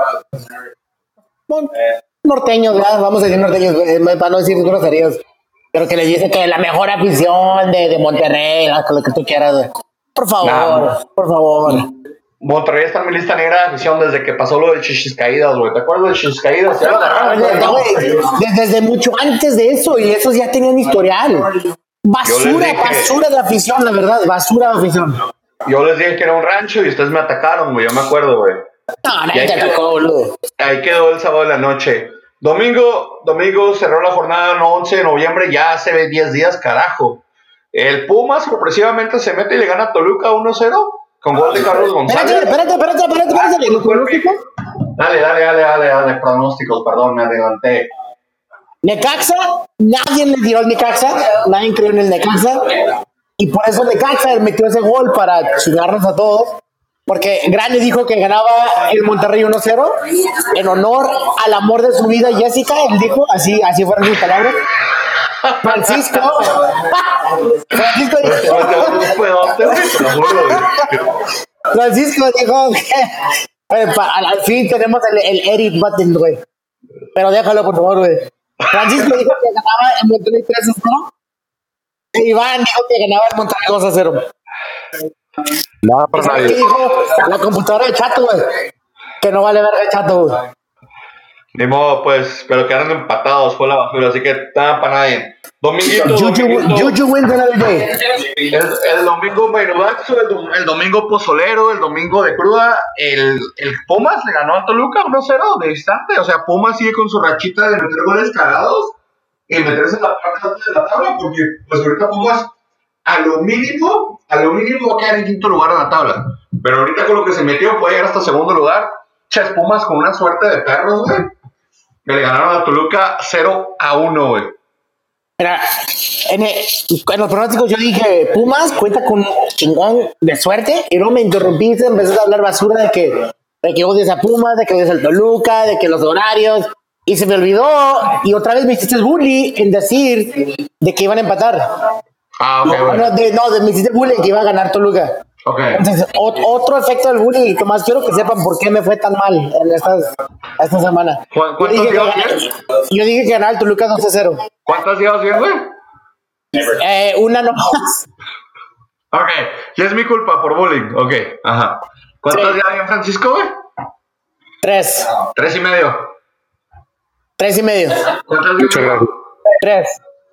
bon, norteños, ¿verdad? Vamos a decir norteños, para no decir groserías, pero que les dice que la mejor afición de, de Monterrey, lo que tú quieras, güey. Por favor, nah, por favor. Monterrey está en mi lista negra de afición desde que pasó lo de Chichiscaídas, güey. ¿Te acuerdas de Chichiscaídas? No, desde, güey, desde mucho antes de eso, y esos ya tenían historial. Basura, basura de afición, la verdad, basura de afición. Yo les dije que era un rancho y ustedes me atacaron, güey, yo me acuerdo, güey. No, nadie te atacó, boludo. Ahí quedó el sábado de la noche. Domingo, domingo cerró la jornada once de noviembre, ya hace diez días, carajo. El Pumas sorpresivamente se mete y le gana a Toluca uno cero con gol de Carlos González. Espérate, espérate, espérate, espérate, espérate. ¿Los pronósticos? Dale, dale, dale, dale, dale, pronósticos, perdón, me adelanté. Necaxa, nadie le tiró al Necaxa, nadie creyó en el Necaxa, y por eso Necaxa metió ese gol para chingarnos a todos, porque Grande dijo que ganaba el Monterrey uno cero, en honor al amor de su vida, Jessica, él dijo, así, así fueron sus palabras. Francisco, Francisco dijo, Francisco dijo que al, al fin tenemos el, el Eric Button, güey, pero déjalo por favor, güey. Francisco dijo que ganaba el Monterrey tres a cero. E Iván dijo que ganaba el Monterrey dos a cero. Nada para nadie. Dijo la computadora de Chato, güey. Que no vale verga el Chato, güey. Ni modo, pues, pero quedaron empatados, fue la basura, así que nada para nadie. Dominguito, Juju wins another day. El, el domingo menudazo, el, el domingo pozolero, el domingo de cruda, el, el Pumas le ganó a Toluca uno cero de distante, o sea, Pumas sigue con su rachita de meter goles cagados y meterse en la parte alta de la tabla, porque pues ahorita Pumas a lo mínimo, a lo mínimo va a quedar en quinto lugar en la tabla, pero ahorita con lo que se metió puede llegar hasta segundo lugar. Chas, Pumas con una suerte de perros, güey, que le ganaron a Toluca cero a uno, güey. Mira, en, el, en los pronósticos yo dije, Pumas cuenta con un chingón de suerte, y no me interrumpiste, empezaste a hablar basura de que, de que odias a Pumas, de que odias al Toluca, de que los horarios, y se me olvidó, y otra vez me hiciste el bully en decir de que iban a empatar. Ah, ok, no, bueno. no, de, no, de, me hiciste el bully que iba a ganar Toluca. Okay. Entonces, o, otro efecto del bullying, Tomás, quiero que sepan por qué me fue tan mal en estas, esta semana. ¿Cuántos yo, dije días que, yo dije que ganaba el Toluca dos a cero. ¿Cuántas días bien, güey? Eh, una nomás. Ok, ya es mi culpa por bullying. Ok, ajá. ¿Cuántas sí. días bien, Francisco, güey? Tres. Tres y medio. Tres y medio. ¿Cuántas días? Tres.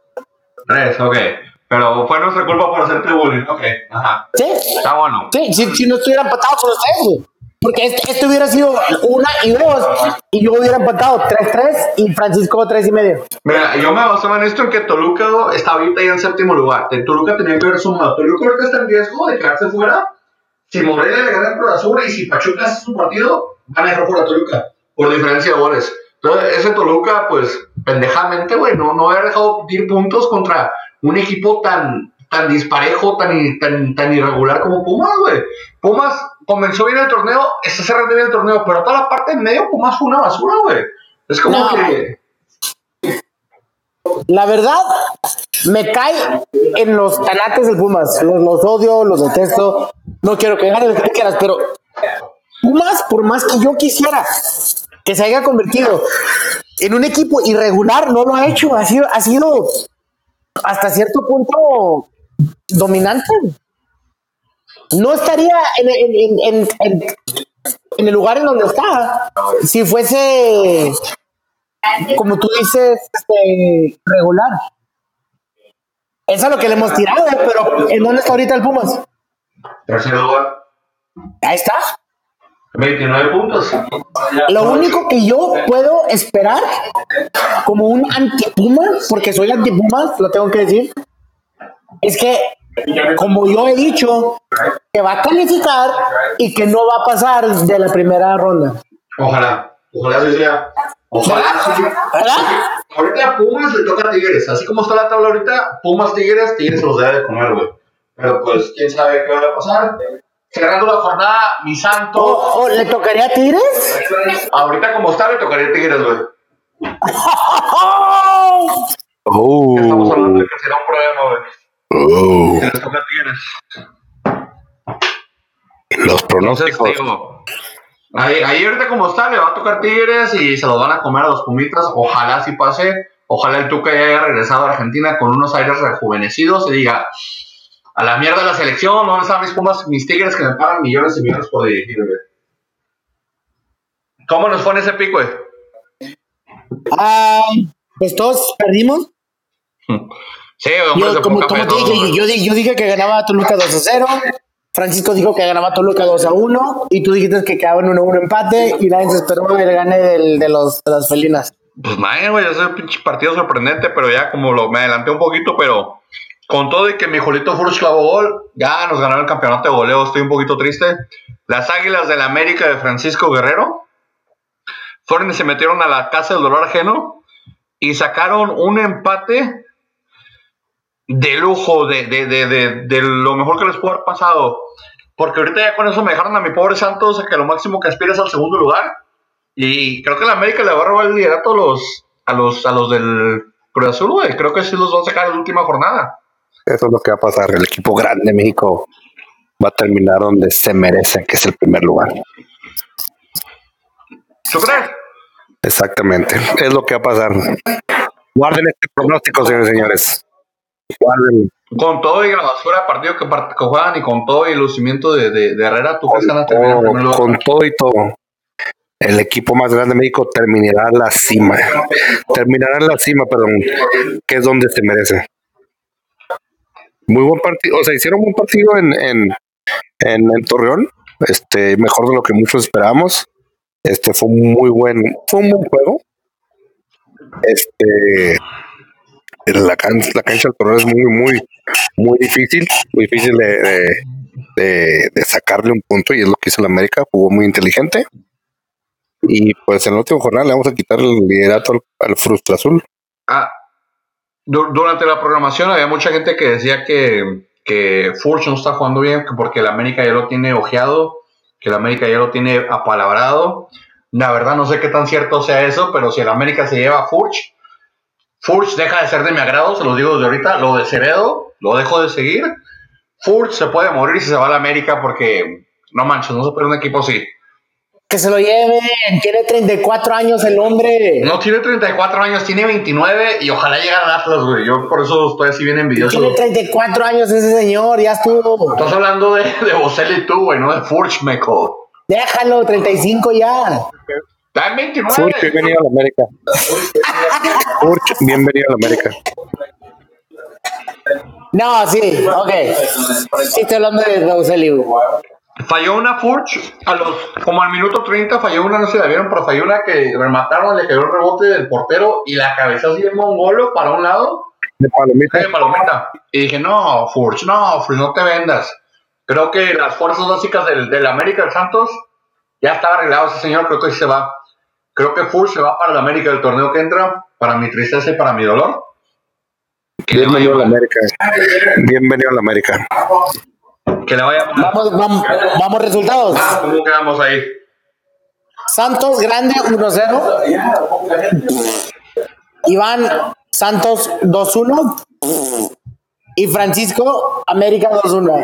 Tres, ok. Pero fue nuestra culpa por hacerte bullying. Ok, ajá. Sí. Está bueno. Sí, si, si no estuviera empatado con ustedes, güey. Porque este, este hubiera sido una y dos, y yo hubiera empatado tres tres y Francisco tres y medio. Mira, yo me basaba en esto en que Toluca está ahorita ya en séptimo lugar. Toluca tenía que haber sumado. Toluca ahorita está en riesgo de quedarse fuera. Si Morelia le gana el Cruz Azul y si Pachuca hace su partido, van a dejar fuera a Toluca por diferencia de goles. Entonces, ese Toluca, pues, pendejamente, güey, no, no había dejado ir puntos contra un equipo tan, tan disparejo, tan, tan, tan irregular como Pumas, güey. Pumas comenzó bien el torneo, está cerrando bien el torneo, pero toda la parte en medio Pumas fue una basura, güey. Es como no. que... La verdad, me cae en los tanates del Pumas. Los, los odio, los detesto. No quiero que ganen lo que quieras, pero Pumas, por más que yo quisiera que se haya convertido en un equipo irregular, no lo ha hecho. Ha sido, ha sido hasta cierto punto dominante. No estaría en, en, en, en, en el lugar en donde está si fuese, como tú dices, este, regular. Eso es lo que le hemos tirado, pero ¿en dónde está ahorita el Pumas? Tercer lugar. Ahí está. veintinueve puntos. Lo único que yo puedo esperar como un anti-Pumas, porque soy anti-Pumas, lo tengo que decir, es que, como yo he dicho, que va a calificar y que no va a pasar de la primera ronda. Ojalá. Ojalá sí sea. Ojalá sí. ¿Verdad? Ahorita Pumas le toca a Tigres. Así como está la tabla ahorita, Pumas Tigres, Tigres se los debe de comer, güey. Pero pues, quién sabe qué va a pasar. Cerrando la jornada, mi santo. ¿O, o le tocaría a Tigres? Ahorita como está, le tocaría a Tigres, güey. Oh. Estamos hablando de que será un problema, güey. Oh. Si les toca a Tigres. Los pronósticos. Entonces, digo, ahí, ahí ahorita como está, le va a tocar Tigres y se los van a comer a los Pumitas. Ojalá sí pase. Ojalá el Tuca ya haya regresado a Argentina con unos aires rejuvenecidos y diga, a la mierda la selección, no están mis Pumas, mis Tigres que me pagan millones y millones por dirigir, güey. ¿Cómo nos fue en ese pico, güey? Ah, pues todos perdimos. Sí, hombre, Yo, se como, fue un como café te todo, dije, yo, yo, di- yo dije que ganaba Toluca dos a cero. Francisco dijo que ganaba Toluca dos a uno. Y tú dijiste que quedaba en uno a uno empate. Y nadie se esperó el gane del, de, los, de las felinas. Pues madre, güey, ese pinche partido sorprendente, pero ya como lo, me adelanté un poquito, pero con todo y que mi Julito Furch clavó gol, ya nos ganaron el campeonato de goleo, estoy un poquito triste. Las Águilas del América de Francisco Guerrero fueron y se metieron a la casa del dolor ajeno y sacaron un empate de lujo, de, de, de, de, de lo mejor que les pudo haber pasado. Porque ahorita ya con eso me dejaron a mi pobre Santos a que lo máximo que aspira es al segundo lugar. Y creo que la América le va a robar el liderato a los, a los, a los del Cruz Azul, güey. Creo que sí los va a sacar en la última jornada. Eso es lo que va a pasar. El equipo grande de México va a terminar donde se merece, que es el primer lugar. ¿Tú crees? Exactamente. Es lo que va a pasar. Guarden este pronóstico, señores y señores. Guarden. Con todo y la basura de partido que, part- que juegan y con todo y el lucimiento de, de, de Herrera, ¿tú crees que van a terminar en Todo, primer lugar? con todo y todo. El equipo más grande de México terminará en la cima. Terminará en la cima, perdón, que es donde se merece. Muy buen partido. O sea, hicieron un buen partido en, en, en, en Torreón. Este, mejor de lo que muchos esperábamos. Este fue un muy buen, fue un buen juego. Este, la cancha, la cancha del Torreón es muy, muy, muy difícil, muy difícil de, de, de, de sacarle un punto y es lo que hizo la América. Jugó muy inteligente. Y pues en la última jornada le vamos a quitar el liderato al, al Frustra Azul. Ah, du- durante la programación había mucha gente que decía que, que Furch no está jugando bien, que porque el América ya lo tiene ojeado, que el América ya lo tiene apalabrado. La verdad no sé qué tan cierto sea eso, pero si el América se lleva a Furch, Furch deja de ser de mi agrado, se los digo desde ahorita, lo de Ceredo, lo dejo de seguir. Furch se puede morir si se va a la América porque, no manches, no se puede un equipo así. Que se lo lleven. Tiene treinta y cuatro años el hombre. No tiene treinta y cuatro años, tiene veintinueve y ojalá llegue al Atlas, güey. Yo por eso estoy así bien envidioso. Tiene treinta y cuatro años ese señor. Ya estuvo. Estás hablando de, de Boselli y tú, güey, no de Furch, meco. Déjalo, treinta y cinco ya. Está en veintinueve. Furch, bienvenido a la América. Furch, bienvenido a la América. No, sí, ok. Sí, estoy hablando de Bauselli. Falló una Furch, a los, como al minuto treinta falló una, no sé si la vieron, pero falló una que remataron, le quedó el rebote del portero y la cabeza así de mongolo para un lado. De palomita. De palomita. Y dije, no, Furch, no, Furch, no te vendas. Creo que las fuerzas básicas del, del América del Santos ya estaba arreglado ese señor, creo que sí se va. Creo que Furch se va para el América del torneo que entra, para mi tristeza y para mi dolor. Que le Bienvenido a la vaya mal. América. Bienvenido a la América. Que le vaya mal. Vamos, vamos, vamos, resultados. ¿Cómo quedamos ahí? Santos grande uno cero. Iván Santos dos uno. Y Francisco América dos uno.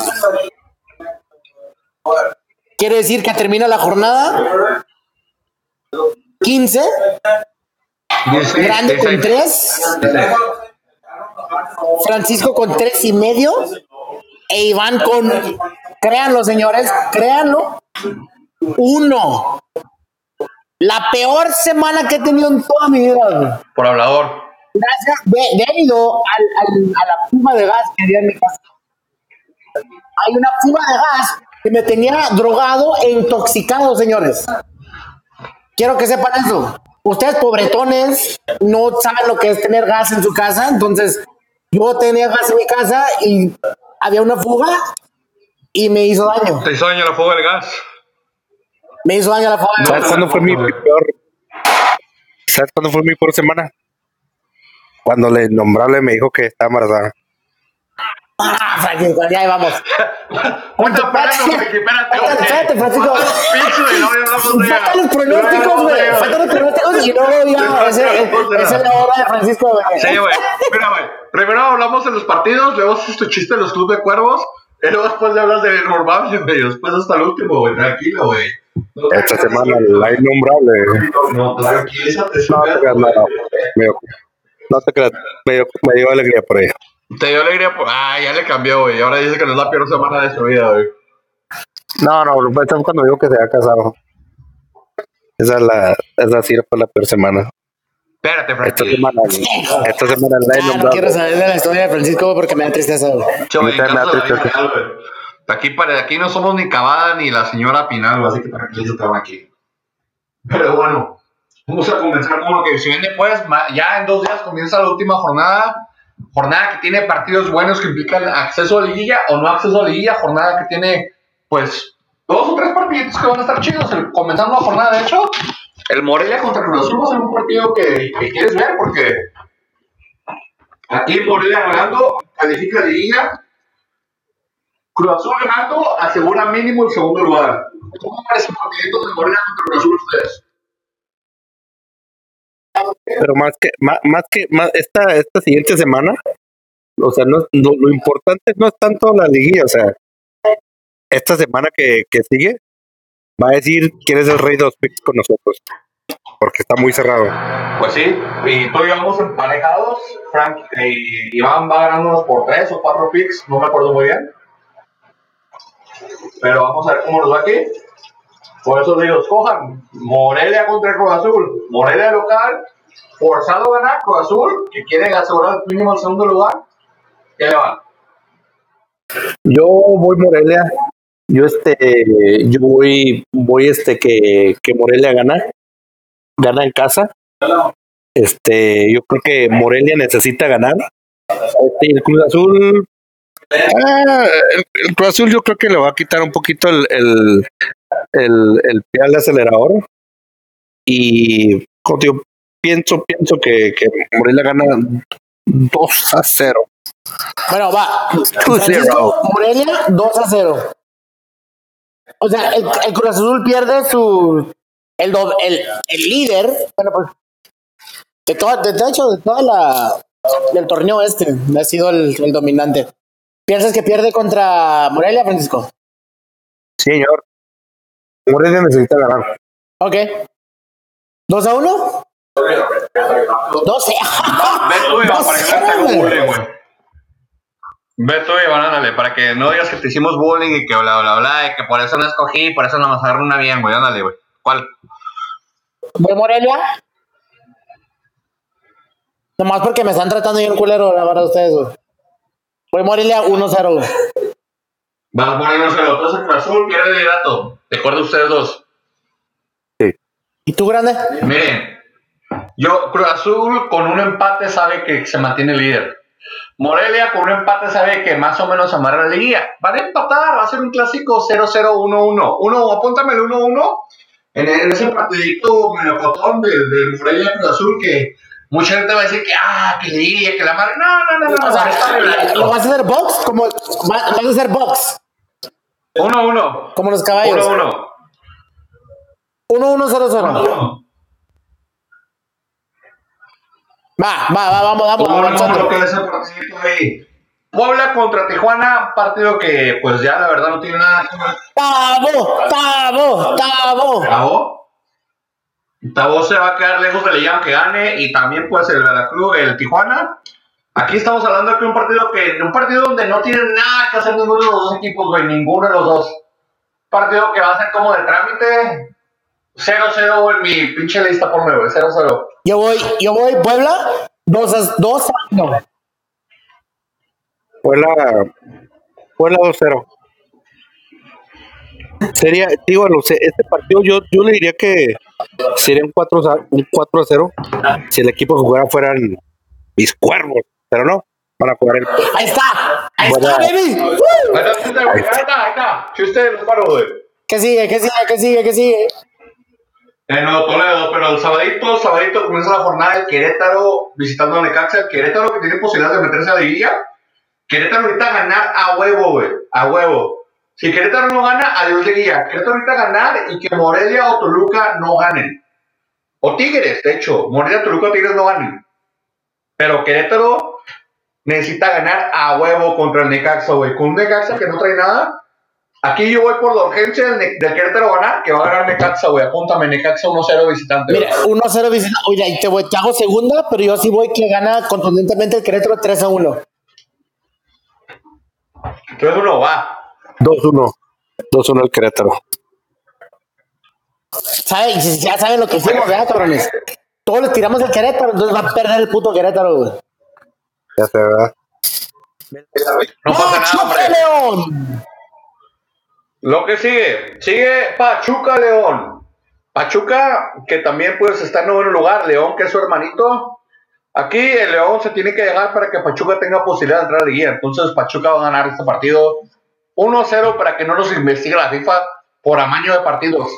Quiere decir que termina la jornada quince. dieciséis, Grande con dieciséis. tres. Francisco con tres y medio. E Iván con, créanlo señores, créanlo, uno. La peor semana que he tenido en toda mi vida. Por hablador. Gracias, de- debido al, al- a la fuga de gas que había en mi casa. Hay una fuga de gas que me tenía drogado e intoxicado, señores. Quiero que sepan eso. Ustedes, pobretones, no saben lo que es tener gas en su casa. Entonces, yo tenía gas en mi casa y había una fuga y me hizo daño. Te hizo daño la fuga del gas. Me hizo daño la foto. ¿Sabes cuándo fue mi peor? ¿Sabes cuándo fue mi peor semana? Cuando le nombrable me dijo que estaba embarazada. Ah, Francisco, ya vamos. ¿Cuánto esperando, güey? Espérate, güey. Espérate, Francisco. Faltan los pronósticos, güey. Faltan los pronósticos y luego ya. Esa es la hora de Francisco, güey. Sí, güey. Mira, güey. Primero hablamos de los partidos, luego haces tu chiste de los clubes de cuervos, y luego después le hablas de normable, güey. Después hasta el último, güey. Tranquilo, güey. No, esta semana la innombrable. No, tranquilízate. No te creas, no, me, no te creas, me dio, me dio alegría por ella. Te dio alegría por... Ah, ya le cambió, güey. Ahora dice que no es la peor semana de su vida, güey. No, no, fue cuando digo que se había casado. Esa es la, esa sí fue la peor semana. Espérate, Francisco. Esta semana, esta semana la ya, no quiero saber de la historia de Francisco porque me da tristeza, güey. Yo, güey, aquí, para, aquí no somos ni Cavada ni la señora Pinal, así que tranquilízate aquí. Pero bueno, vamos a comenzar con lo que se viene, pues. Ya en dos días comienza la última jornada. Jornada que tiene partidos buenos que implican acceso a liguilla o no acceso a liguilla. Jornada que tiene, pues, dos o tres partidos que van a estar chidos. El, comenzando la jornada, de hecho, el Morelia contra Cruz Azul va a ser un partido que, que quieres ver porque aquí Morelia ganando califica liguilla. Cruz Azul ganando asegura mínimo el segundo lugar. ¿Cómo parece el partido de Morelia contra Cruz Azul ustedes? Pero más que, más, más que, más esta, esta siguiente semana, o sea, no, no, lo importante no es tanto la liguilla, o sea, esta semana que, que sigue, va a decir quién es el rey de los picks con nosotros, porque está muy cerrado. Pues sí, y tú y yo vamos emparejados, Frank y Iván va ganándonos por tres o cuatro picks, no me acuerdo muy bien, pero vamos a ver cómo nos va aquí. Por eso digo, escojan Morelia contra Cruz Azul, Morelia local, forzado a ganar Cruz Azul, que quieren asegurar el mínimo el segundo lugar. ¿Qué le van? Yo voy Morelia, yo este, yo voy, voy este que, que Morelia gana, gana en casa. Este, yo creo que Morelia necesita ganar. Este, el Cruz Azul, ah, el, el Cruz Azul yo creo que le va a quitar un poquito el, el El, el pie al acelerador y como digo, pienso pienso que, que Morelia gana dos a cero. Bueno, va. Francisco, Morelia dos a cero. O sea, el, el Cruz Azul pierde su el, do, el, el líder, bueno, pues de toda, de, de hecho de toda la del torneo este ha sido el, el dominante. ¿Piensas que pierde contra Morelia, Francisco? Sí, señor. Morelia necesita ganar. Ok. ¿Dos a uno? doce. Ve tú, Iván, para que no te haga bullying, güey. Ve tú, Iván, ándale, para que no digas que te hicimos bullying y que bla, bla, bla, y que por eso no escogí, por eso no vamos a agarrar una bien, güey, ándale, güey. ¿Cuál? ¿De Morelia? Nomás porque me están tratando bien culero, la verdad, ustedes, güey. Voy Morelia uno cero, güey. Vamos a poner uno cero. Entonces, Cruz Azul pierde de dato. ¿De acuerdo ustedes dos? Sí. ¿Y tú, grande? Miren, yo, Cruz Azul con un empate sabe que se mantiene líder. Morelia con un empate sabe que más o menos amarra la liguilla. Van a empatar, va a ser un clásico cero cero uno uno. Uno, apúntame el uno uno en, en ese partidito melocotón del de Morelia Cruz Azul que mucha gente va a decir que, ah, que liguilla, que la madre. No, no, no, no. O sea, ¿lo vas a hacer box? ¿Cómo? ¿Vas a hacer box? uno uno. Como los caballos. uno uno. uno uno cero cero. Va, va, va, vamos, vamos. uno uno lo que es ese partidito ahí. Puebla contra Tijuana, partido que pues ya la verdad no tiene nada que ver. ¡Tabo! ¡Tabo! ¡Tabo! ¿Tabo? Tabo se va a quedar lejos de León que gane y también pues el Veracruz, el Tijuana. Aquí estamos hablando de un partido que un partido donde no tienen nada que hacer ninguno de los dos equipos, güey, ninguno de los dos. Partido que va a ser como de trámite. cero cero en mi pinche lista, ponme, güey, cero cero. Yo voy, yo voy, Puebla, dos a uno. Puebla, Puebla dos cero. Sería, digo, este partido yo, yo le diría que sería un cuatro a cero si el equipo que jugara fueran mis cuervos, pero no, van a jugar el... Ahí está, ahí Buena, está, baby. Ahí está, ahí está, ahí está. Chiste de los paros, güey. ¿Qué sigue? ¿Qué sigue? ¿Qué sigue? ¿Qué sigue? En Nuevo Toledo, pero el sabadito, sabadito comienza la jornada de Querétaro visitando a Necaxa. Querétaro que tiene posibilidades de meterse a la liguilla. Querétaro ahorita ganar a huevo, güey, a huevo. Si Querétaro no gana, adiós liguilla. Querétaro ahorita ganar y que Morelia o Toluca no ganen. O Tigres, de hecho, Morelia, Toluca o Tigres no ganen. Pero Querétaro necesita ganar a huevo contra el Necaxa, güey. Con un Necaxa que no trae nada. Aquí yo voy por la urgencia del, de Querétaro ganar, que va a ganar Necaxa, güey. Apúntame, Necaxa uno cero visitante. Mira, uno cero visitante. Oye, te, voy, te hago segunda, pero yo sí voy que gana contundentemente el Querétaro tres a uno. tres uno, va. dos uno. dos uno el Querétaro. ¿Sabe? Ya saben lo que hicimos, ¿verdad, cabrones? Todos les tiramos el Querétaro, entonces va a perder el puto Querétaro, güey. Ya se ¿verdad? No pasa nada, hombre. León! Lo que sigue, sigue Pachuca León. Pachuca, que también pues está en noveno lugar, León, que es su hermanito. Aquí el León se tiene que llegar para que Pachuca tenga posibilidad de entrar a la liguilla. Entonces Pachuca va a ganar este partido uno cero para que no nos investigue la FIFA por amaño de partidos.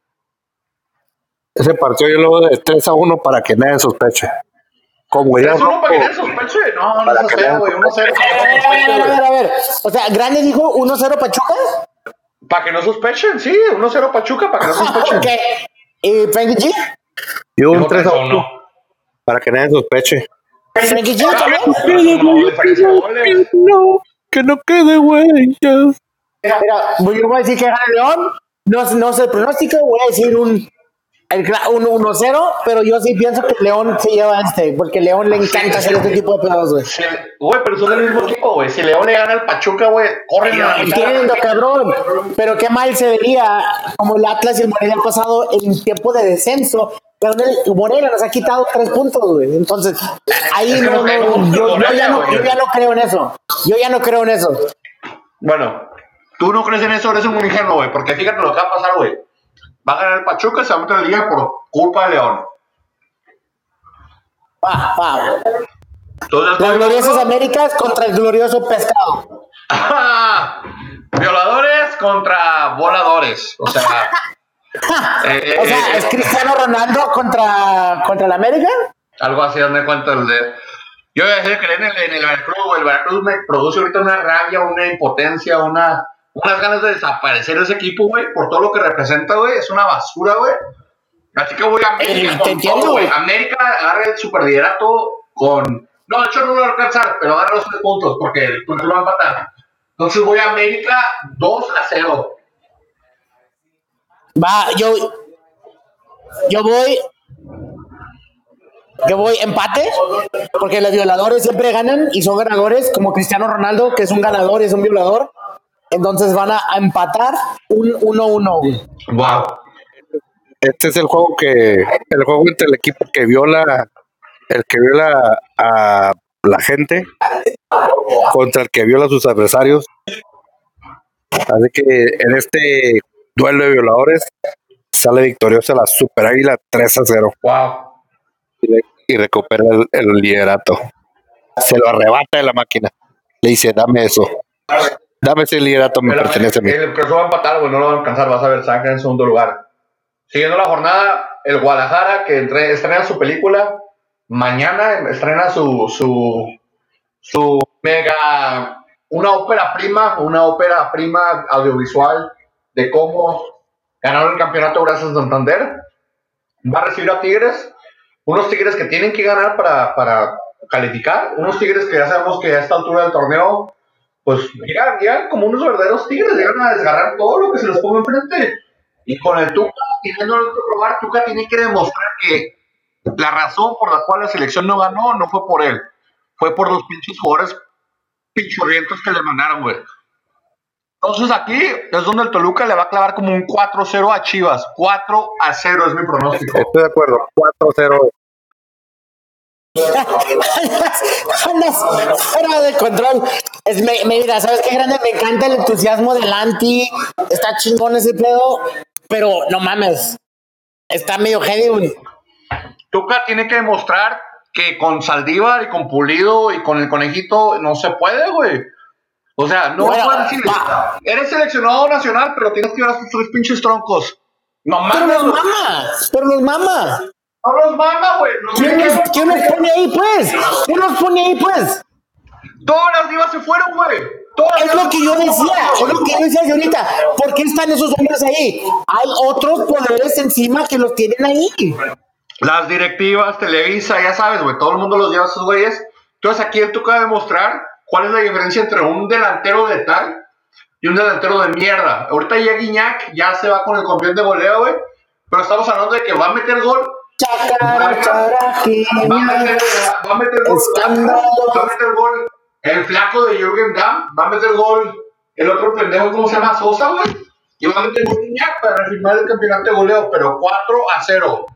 Ese partido yo lo doy de tres a uno para que nadie sospeche. Como ¿tres uno para que nadie sospeche? No, no se sea, güey, uno cero. A ver, a ver, a ver. O sea, ¿Grande dijo uno cero Pachuca? Para que no sospechen, sí, uno cero Pachuca, para que no sospechen. ¿Qué? ¿Y Frankie G? Yo un tres a uno para que nadie sospeche. ¿Frankie G también? No, que no quede huella. Mira, yo voy a decir que gana León. No, no sé el pronóstico, voy a decir un un uno cero, pero yo sí pienso que León se lleva este, porque León le encanta hacer este tipo de pedos, güey. Sí, güey, pero son del mismo equipo, güey. Si León le gana al Pachuca, güey, corren a la mitad. Entiendo, cabrón, pero qué mal se vería como el Atlas y el Morelia han pasado en tiempo de descenso, pero el Morelia nos ha quitado tres puntos, güey. Entonces, ahí es que no, no, no, yo, yo, ya no, yo ya no creo en eso. Yo ya no creo en eso. Bueno, tú no crees en eso, eres un ingenuo, güey, porque fíjate lo que va a pasar, güey. Va a ganar el Pachuca, se va a meter en la liga por culpa de León. Va, va. Entonces, Las gloriosas Américas contra el glorioso Pescado. Violadores contra voladores. O sea, eh, o sea, eh, ¿es Cristiano Ronaldo contra, contra la América? Algo así, donde cuento el de. Yo voy a decir que en el, en el Veracruz, el Veracruz me produce ahorita una rabia, una impotencia, una. Unas ganas de desaparecer ese equipo, güey, por todo lo que representa, güey. Es una basura, güey. Así que voy a América eh, con todo, güey. América agarra el superliderato con... No, de hecho no lo va a alcanzar, pero agarra los tres puntos porque el punto lo va a empatar. Entonces voy a América dos a cero. Va, yo... Yo voy... Yo voy empate, porque los violadores siempre ganan y son ganadores, como Cristiano Ronaldo, que es un ganador y es un violador. Entonces van a empatar un uno uno. Wow. Este es el juego que el juego entre el equipo que viola el que viola a la gente contra el que viola a sus adversarios. Así que en este duelo de violadores sale victoriosa la Super Águila tres a cero. Wow. Y, le, y recupera el, el liderato. Se lo arrebata de la máquina. Le dice, dame eso. Dame ese liderato, me el, pertenece a mí. El Cruz va a empatar, güey, no lo va a alcanzar, vas a ver, saca en segundo lugar. Siguiendo la jornada, el Guadalajara, que entre, estrena su película, mañana estrena su, su, su mega, una ópera prima, una ópera prima audiovisual de cómo ganaron el campeonato gracias a Santander. Va a recibir a Tigres, unos Tigres que tienen que ganar para, para calificar, unos Tigres que ya sabemos que a esta altura del torneo pues llegan, llegan como unos verdaderos tigres, llegan a desgarrar todo lo que se les ponga enfrente. Y con el Tuca, teniéndolo que probar, Tuca tiene que demostrar que la razón por la cual la selección no ganó no fue por él, fue por los pinches jugadores pinchurrientos que le mandaron, güey. Entonces aquí es donde el Toluca le va a clavar como un cuatro cero a Chivas. cuatro a cero es mi pronóstico. Estoy de acuerdo, cuatro cero. Andas fuera de control. Es, me, me, mira, ¿sabes qué grande? Me encanta el entusiasmo del anti. Está chingón ese pedo. Pero no mames. Está medio heavy, güey. Tuca tiene que demostrar que con Saldívar y con Pulido y con el Conejito no se puede, güey. O sea, no bueno, puedes decir, va. eres seleccionado nacional, pero tienes que ver a tus tres pinches troncos. No mames. Pero los mama, pero los mama. No los mama, güey. ¿Quién los, ¿Quién los pone ahí, pues? ¿Quién los pone ahí, pues? Todas las divas se fueron, güey. Es lo que yo decía, es lo que yo decía ahorita. ¿Por qué están esos hombres ahí? Hay otros poderes encima que los tienen ahí. Las directivas, Televisa, ya sabes, güey, todo el mundo los lleva a esos güeyes. Entonces aquí él toca demostrar cuál es la diferencia entre un delantero de tal y un delantero de mierda. Ahorita ya Guiñac ya se va con el campeón de goleo, güey. Pero estamos hablando de que va a meter gol. Chacara, chacara, va, a meter, va a meter gol. Va a meter gol. El flaco de Jürgen Damm va a meter gol. El otro pendejo, ¿cómo se llama? Sosa, güey. Y va a meter gol Guiñac para reafirmar el campeonato de goleo, pero cuatro a cero.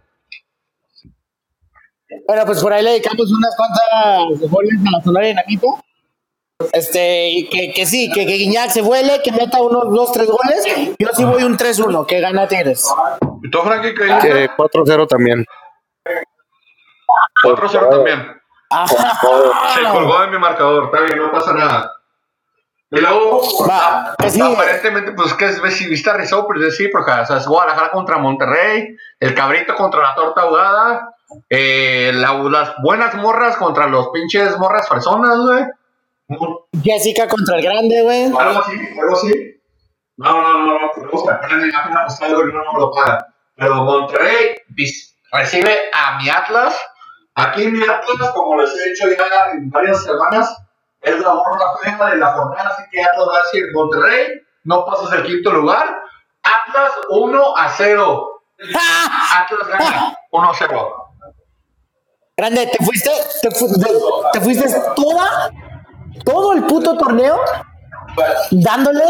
Bueno, pues por ahí le dedicamos unas cuantas goles a la Sonora Dinamita. Este, y que, que sí, que, que Guiñac se vuele, que meta unos dos, tres goles. Yo sí voy un tres uno, que gana Tigres. ¿Y tú, Frankie, qué dices? Eh, cuatro cero también. cuatro cero también. Ajá. Se colgó de mi marcador, está bien, no pasa nada. Y luego, Va, que sí. aparentemente, pues, que es si viste a Rizzo, pues sí, porque o sea, es Guadalajara contra Monterrey, el cabrito contra la torta ahogada, eh, la, las buenas morras contra los pinches morras fresonas, güey. Jessica contra el grande, güey. Algo así, algo así. No, no, no, no, tenemos que aprender la página postal, güey, no, no me lo pagan. Pero Monterrey recibe a mi Atlas. Aquí mi Atlas, como les he dicho ya en varias semanas, es la borra fea de la jornada, así que Atlas va a decir, Monterrey, no pasas el quinto lugar. Atlas uno a cero. Atlas gana uno a cero. Grande, te fuiste, te, fu te fuiste toda, todo el puto torneo dándole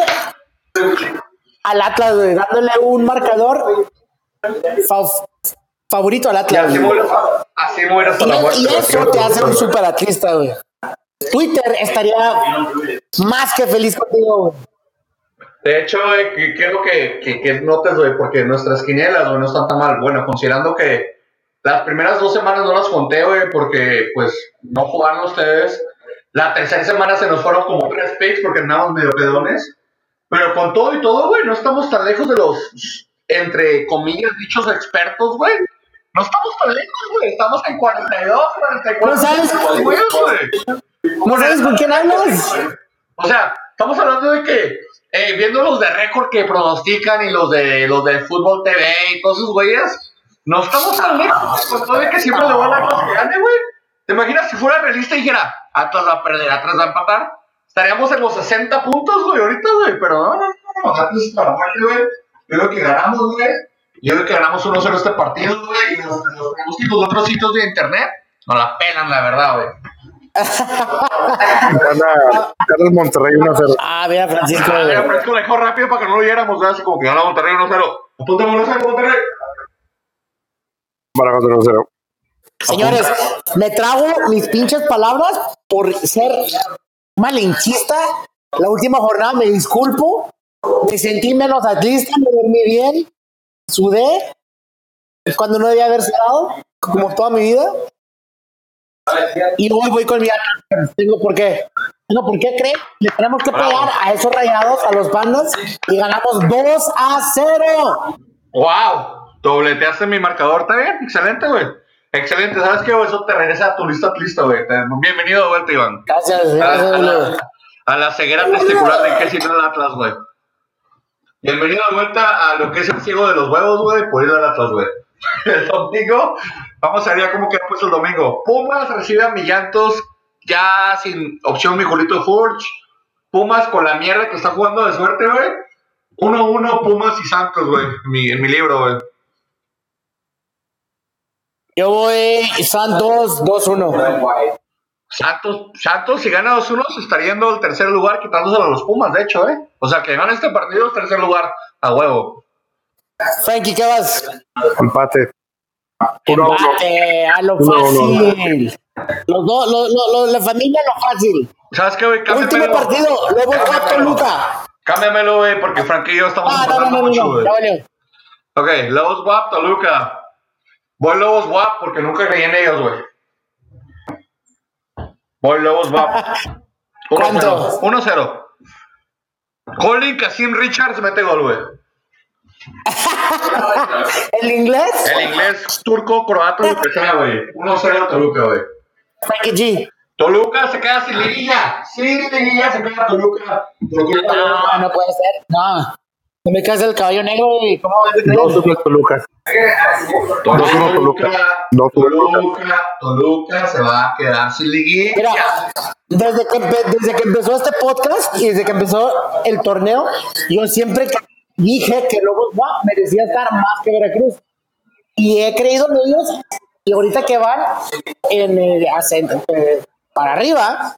al Atlas, güey, dándole un marcador fa favorito al Atlas. Así muere, así muere hasta y, la muerte. Y eso te hace un super atlista, güey. Twitter estaría más que feliz contigo, güey. De hecho, eh, quiero que, que, que notes, güey, porque nuestras quinielas, güey, no están tan mal. Bueno, considerando que las primeras dos semanas no las conté, güey, porque, pues, no jugaron ustedes. La tercera semana se nos fueron como tres picks porque andábamos medio pedones. Pero con todo y todo, güey, no estamos tan lejos de los, entre comillas, dichos expertos, güey. No estamos tan lejos, güey. Estamos en cuarenta y dos, cuarenta y cuatro. ¿No sabes? Güey. ¿No sabes con quién hablas? O sea, estamos hablando de que, eh, viendo los de récord que pronostican y los de los de Fútbol T V y todos esos güeyes, no estamos tan lejos. Con todo de que siempre le va a Atlas que gane, güey. ¿Te imaginas si fuera realista y dijera, Atlas va a perder, Atlas va a empatar? Estaríamos en los sesenta puntos, güey, ahorita, güey. Pero no, no, no. Atlas es para muerte, güey. Yo creo que ganamos, güey. Yo creo que ganamos uno cero este partido, güey. Y los, los pronósticos de otros sitios de internet nos la pelan, la verdad, güey. Carlos Monterrey uno cero. Ah, mira, Francisco. Ah, mira, Francisco le dejó rápido para que no lo oyéramos, así como que gana Monterrey uno cero. Apúntame uno cero, Monterrey. Para uno cero. Señores, me trago mis pinches palabras por ser malinchista. La última jornada me disculpo. Me sentí menos atlista, me dormí bien, sudé. Es cuando no debía haber sudado, como toda mi vida. Y hoy voy con mi Atlas. Tengo por qué. Tengo por qué creer. Le tenemos que pegar a esos Rayados, a los Pandas, y ganamos dos a cero. ¡Wow! Dobleteaste mi marcador, ¿está bien? Excelente, güey. Excelente. ¿Sabes qué? Eso te regresa a tu lista atlista, güey. Bienvenido de vuelta, Iván. Gracias, gracias. A, a, gracias, la, a la ceguera testicular de que si no el Atlas, güey. Bienvenido de vuelta a lo que es el ciego de los huevos, güey, por ir al Atlas, güey. El domingo, vamos a ver ya cómo queda puesto el domingo. Pumas recibe a Millantos ya sin opción mi Julito Furch. Pumas con la mierda que está jugando de suerte, güey. uno uno Pumas y Santos, güey, en mi, en mi libro, güey. Yo voy Santos dos uno. Santos, Santos, si gana dos uno, se estaría yendo al tercer lugar, quitándoselo a los Pumas, de hecho, ¿eh? O sea, que gane este partido, tercer lugar, a huevo. Frankie, ¿qué vas? Empate. Empate, a lo fácil. Los dos, lo, lo, lo, la familia, lo fácil. ¿Sabes qué, güey? Último partido, luego va Toluca. Cámbiamelo, güey, porque Frankie y yo estamos ah, no, no, no, mucho, güey. No, no, no. Ok, Lobos W A P, Toluca. Voy Lobos W A P porque nunca creí en ellos, güey. Voy Lobos W A P. ¿Cuánto? uno cero. Colin Kasim Richards mete gol, güey. ¿El inglés? El inglés turco, croato, lo que sea, güey. uno cero Toluca, güey. Frankie G. Toluca se queda sin liguilla. Sin liguilla se queda Toluca. Toluca. No, no puede ser. No. No me caes el caballo negro y cómo ves de Dos uno Toluca. Dos uno Toluca. Toluca. Toluca se va a quedar sin liguilla. Mira, desde que, desde que empezó este podcast y desde que empezó el torneo, yo siempre dije que Lobos wow, merecía estar más que Veracruz. Y he creído en ellos. Y ahorita que van en el ascenso eh, para arriba,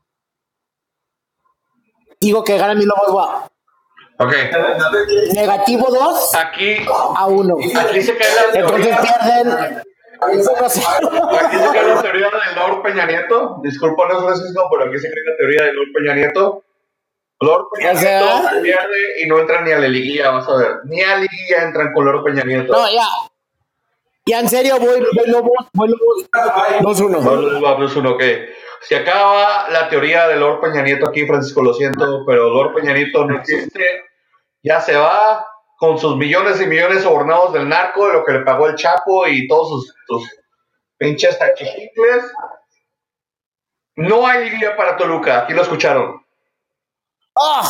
digo que ganan mis Lobos wow. Ok. Negativo dos aquí a uno. Aquí se cae la Entonces pierden. Aquí se cae la teoría del Lord Peña Nieto. Discúlpanos, Francisco, pero aquí se cae la teoría del Lord Peña Nieto. Lord Peña O sea, Nieto pierde y no entran ni a la liguilla, vas a ver. Ni a la liguilla entran con Lord Peña Nieto. No, ya. Ya en serio, voy, voy Lobos, voy Lobos dos uno. dos uno, ok. Se acaba la teoría de Lord Peña Nieto aquí, Francisco, lo siento, pero Lord Peña Nieto no existe. Ya se va con sus millones y millones sobornados del narco, de lo que le pagó el Chapo y todos sus, sus pinches tachijicles. No hay liguilla para Toluca, aquí lo escucharon. Oh.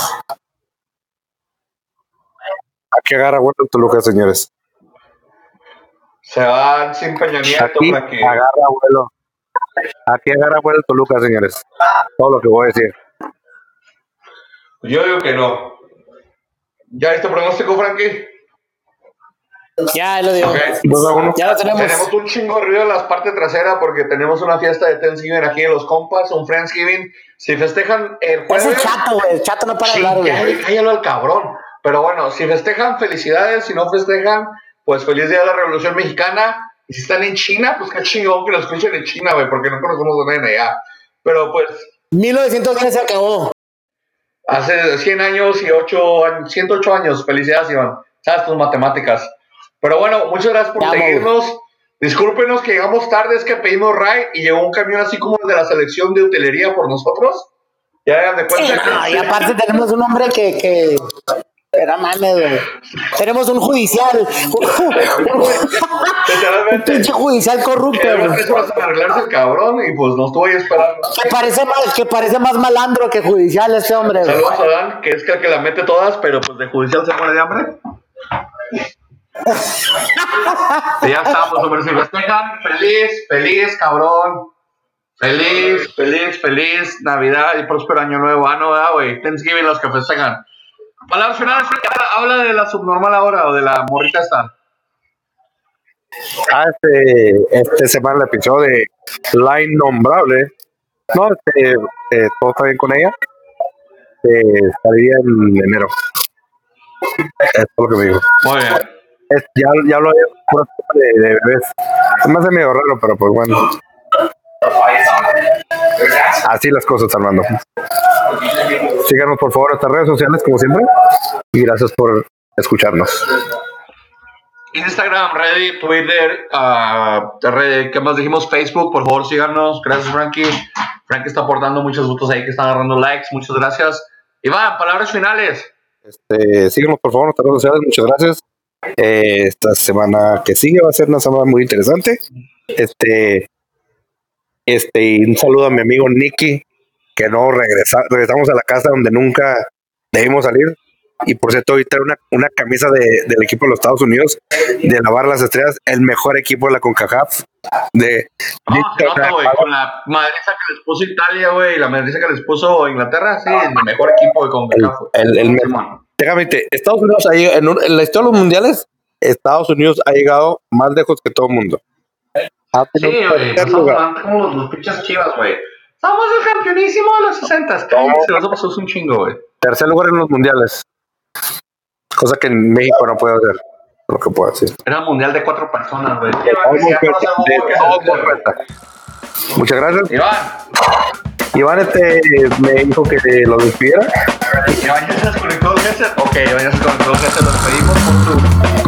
Aquí agarra vuelo Toluca, señores. Se van sin Peña Nieto. Aquí para que... agarra vuelo. Aquí agarra vuelo Toluca, señores. Todo lo que voy a decir. Yo digo que no. ¿Ya viste pronóstico, Frankie? Ya lo digo. Okay. Ya lo tenemos. Tenemos un chingo de ruido en la parte trasera porque tenemos una fiesta de Thanksgiving aquí en los compas, un Friendsgiving. Si festejan el jueves... Es el chato, güey. El chato no para sí, hablar, güey. Cállalo al cabrón. Pero bueno, si festejan, felicidades. Si no festejan, pues feliz día de la Revolución Mexicana. Y si están en China, pues qué chingón que lo escuchen en China, güey, porque no conocemos de nadie allá. Pero pues... mil novecientos diez se acabó. Hace cien años y ocho años, ciento ocho años. Felicidades, Iván. Sabes tus matemáticas. Pero bueno, muchas gracias por ya, seguirnos. Mauro. Discúlpenos que llegamos tarde, es que pedimos ride y llegó un camión así como el de la selección de utilería por nosotros. Ya hagan de cuenta. Sí, que... no, y aparte tenemos un hombre que... que... Era mames, güey. Tenemos un judicial. Un pinche judicial corrupto. Lleva tres horas para arreglarse el cabrón y pues no estuvo ahí esperando. Que parece, más, que parece más malandro que judicial este hombre. Saludos a Dan, que es el que la mete todas, pero pues de judicial se muere de hambre. Y ya estamos, hombre. Si festejan, feliz, feliz, cabrón. Feliz, feliz, feliz Navidad y próspero año nuevo. Ah, no, ¿verdad, güey? Thanksgiving los que festejan. Palabras finales, habla de la subnormal ahora o de la morrita esta. Ah, este, este semana el episodio de La Innombrable. No, este, eh, todo está bien con ella. Eh, estaría en enero. Es lo que me dijo. Muy bien. Es, ya, ya lo he puro de, de bebés. Es más de medio raro, pero pues bueno. Así las cosas, Armando. Síganos por favor en nuestras redes sociales como siempre y gracias por escucharnos. Instagram, Reddit, Twitter, uh, Reddit, ¿qué más dijimos? Facebook, por favor síganos. Gracias, Frankie. Frankie está aportando muchas fotos ahí que están agarrando likes. Muchas gracias. Iván, palabras finales. Este, síganos por favor en nuestras redes sociales. Muchas gracias. Eh, esta semana que sigue va a ser una semana muy interesante. Este, este, un saludo a mi amigo Nicky, que no regresa, regresamos a la casa donde nunca debimos salir. Y por cierto, hoy trae una, una camisa de, del equipo de los Estados Unidos, de la Barra de las Estrellas, el mejor equipo de la CONCACAF. De, no, de, no, güey, con la madriza que les puso Italia, güey, y la madriza que les puso Inglaterra, sí, el mejor equipo de CONCACAF. El, el, el déjame decirte, Estados Unidos ha llegado, en, un, en la historia de los mundiales, Estados Unidos ha llegado más lejos que todo el mundo. Sí, güey, estamos hablando como los, los pinches Chivas, güey. Somos el campeonísimo de los sesentas. Se los pasó un chingo, güey. Tercer lugar en los mundiales. Cosa que en México no puede hacer. Lo que puedo decir. Era un mundial de cuatro personas, güey. Muchas gracias. Iván. Iván este me dijo que lo despidiera. Iván ya se desconectó el headset. Ok, Iván ya se desconectó el headset. Lo despedimos con tu...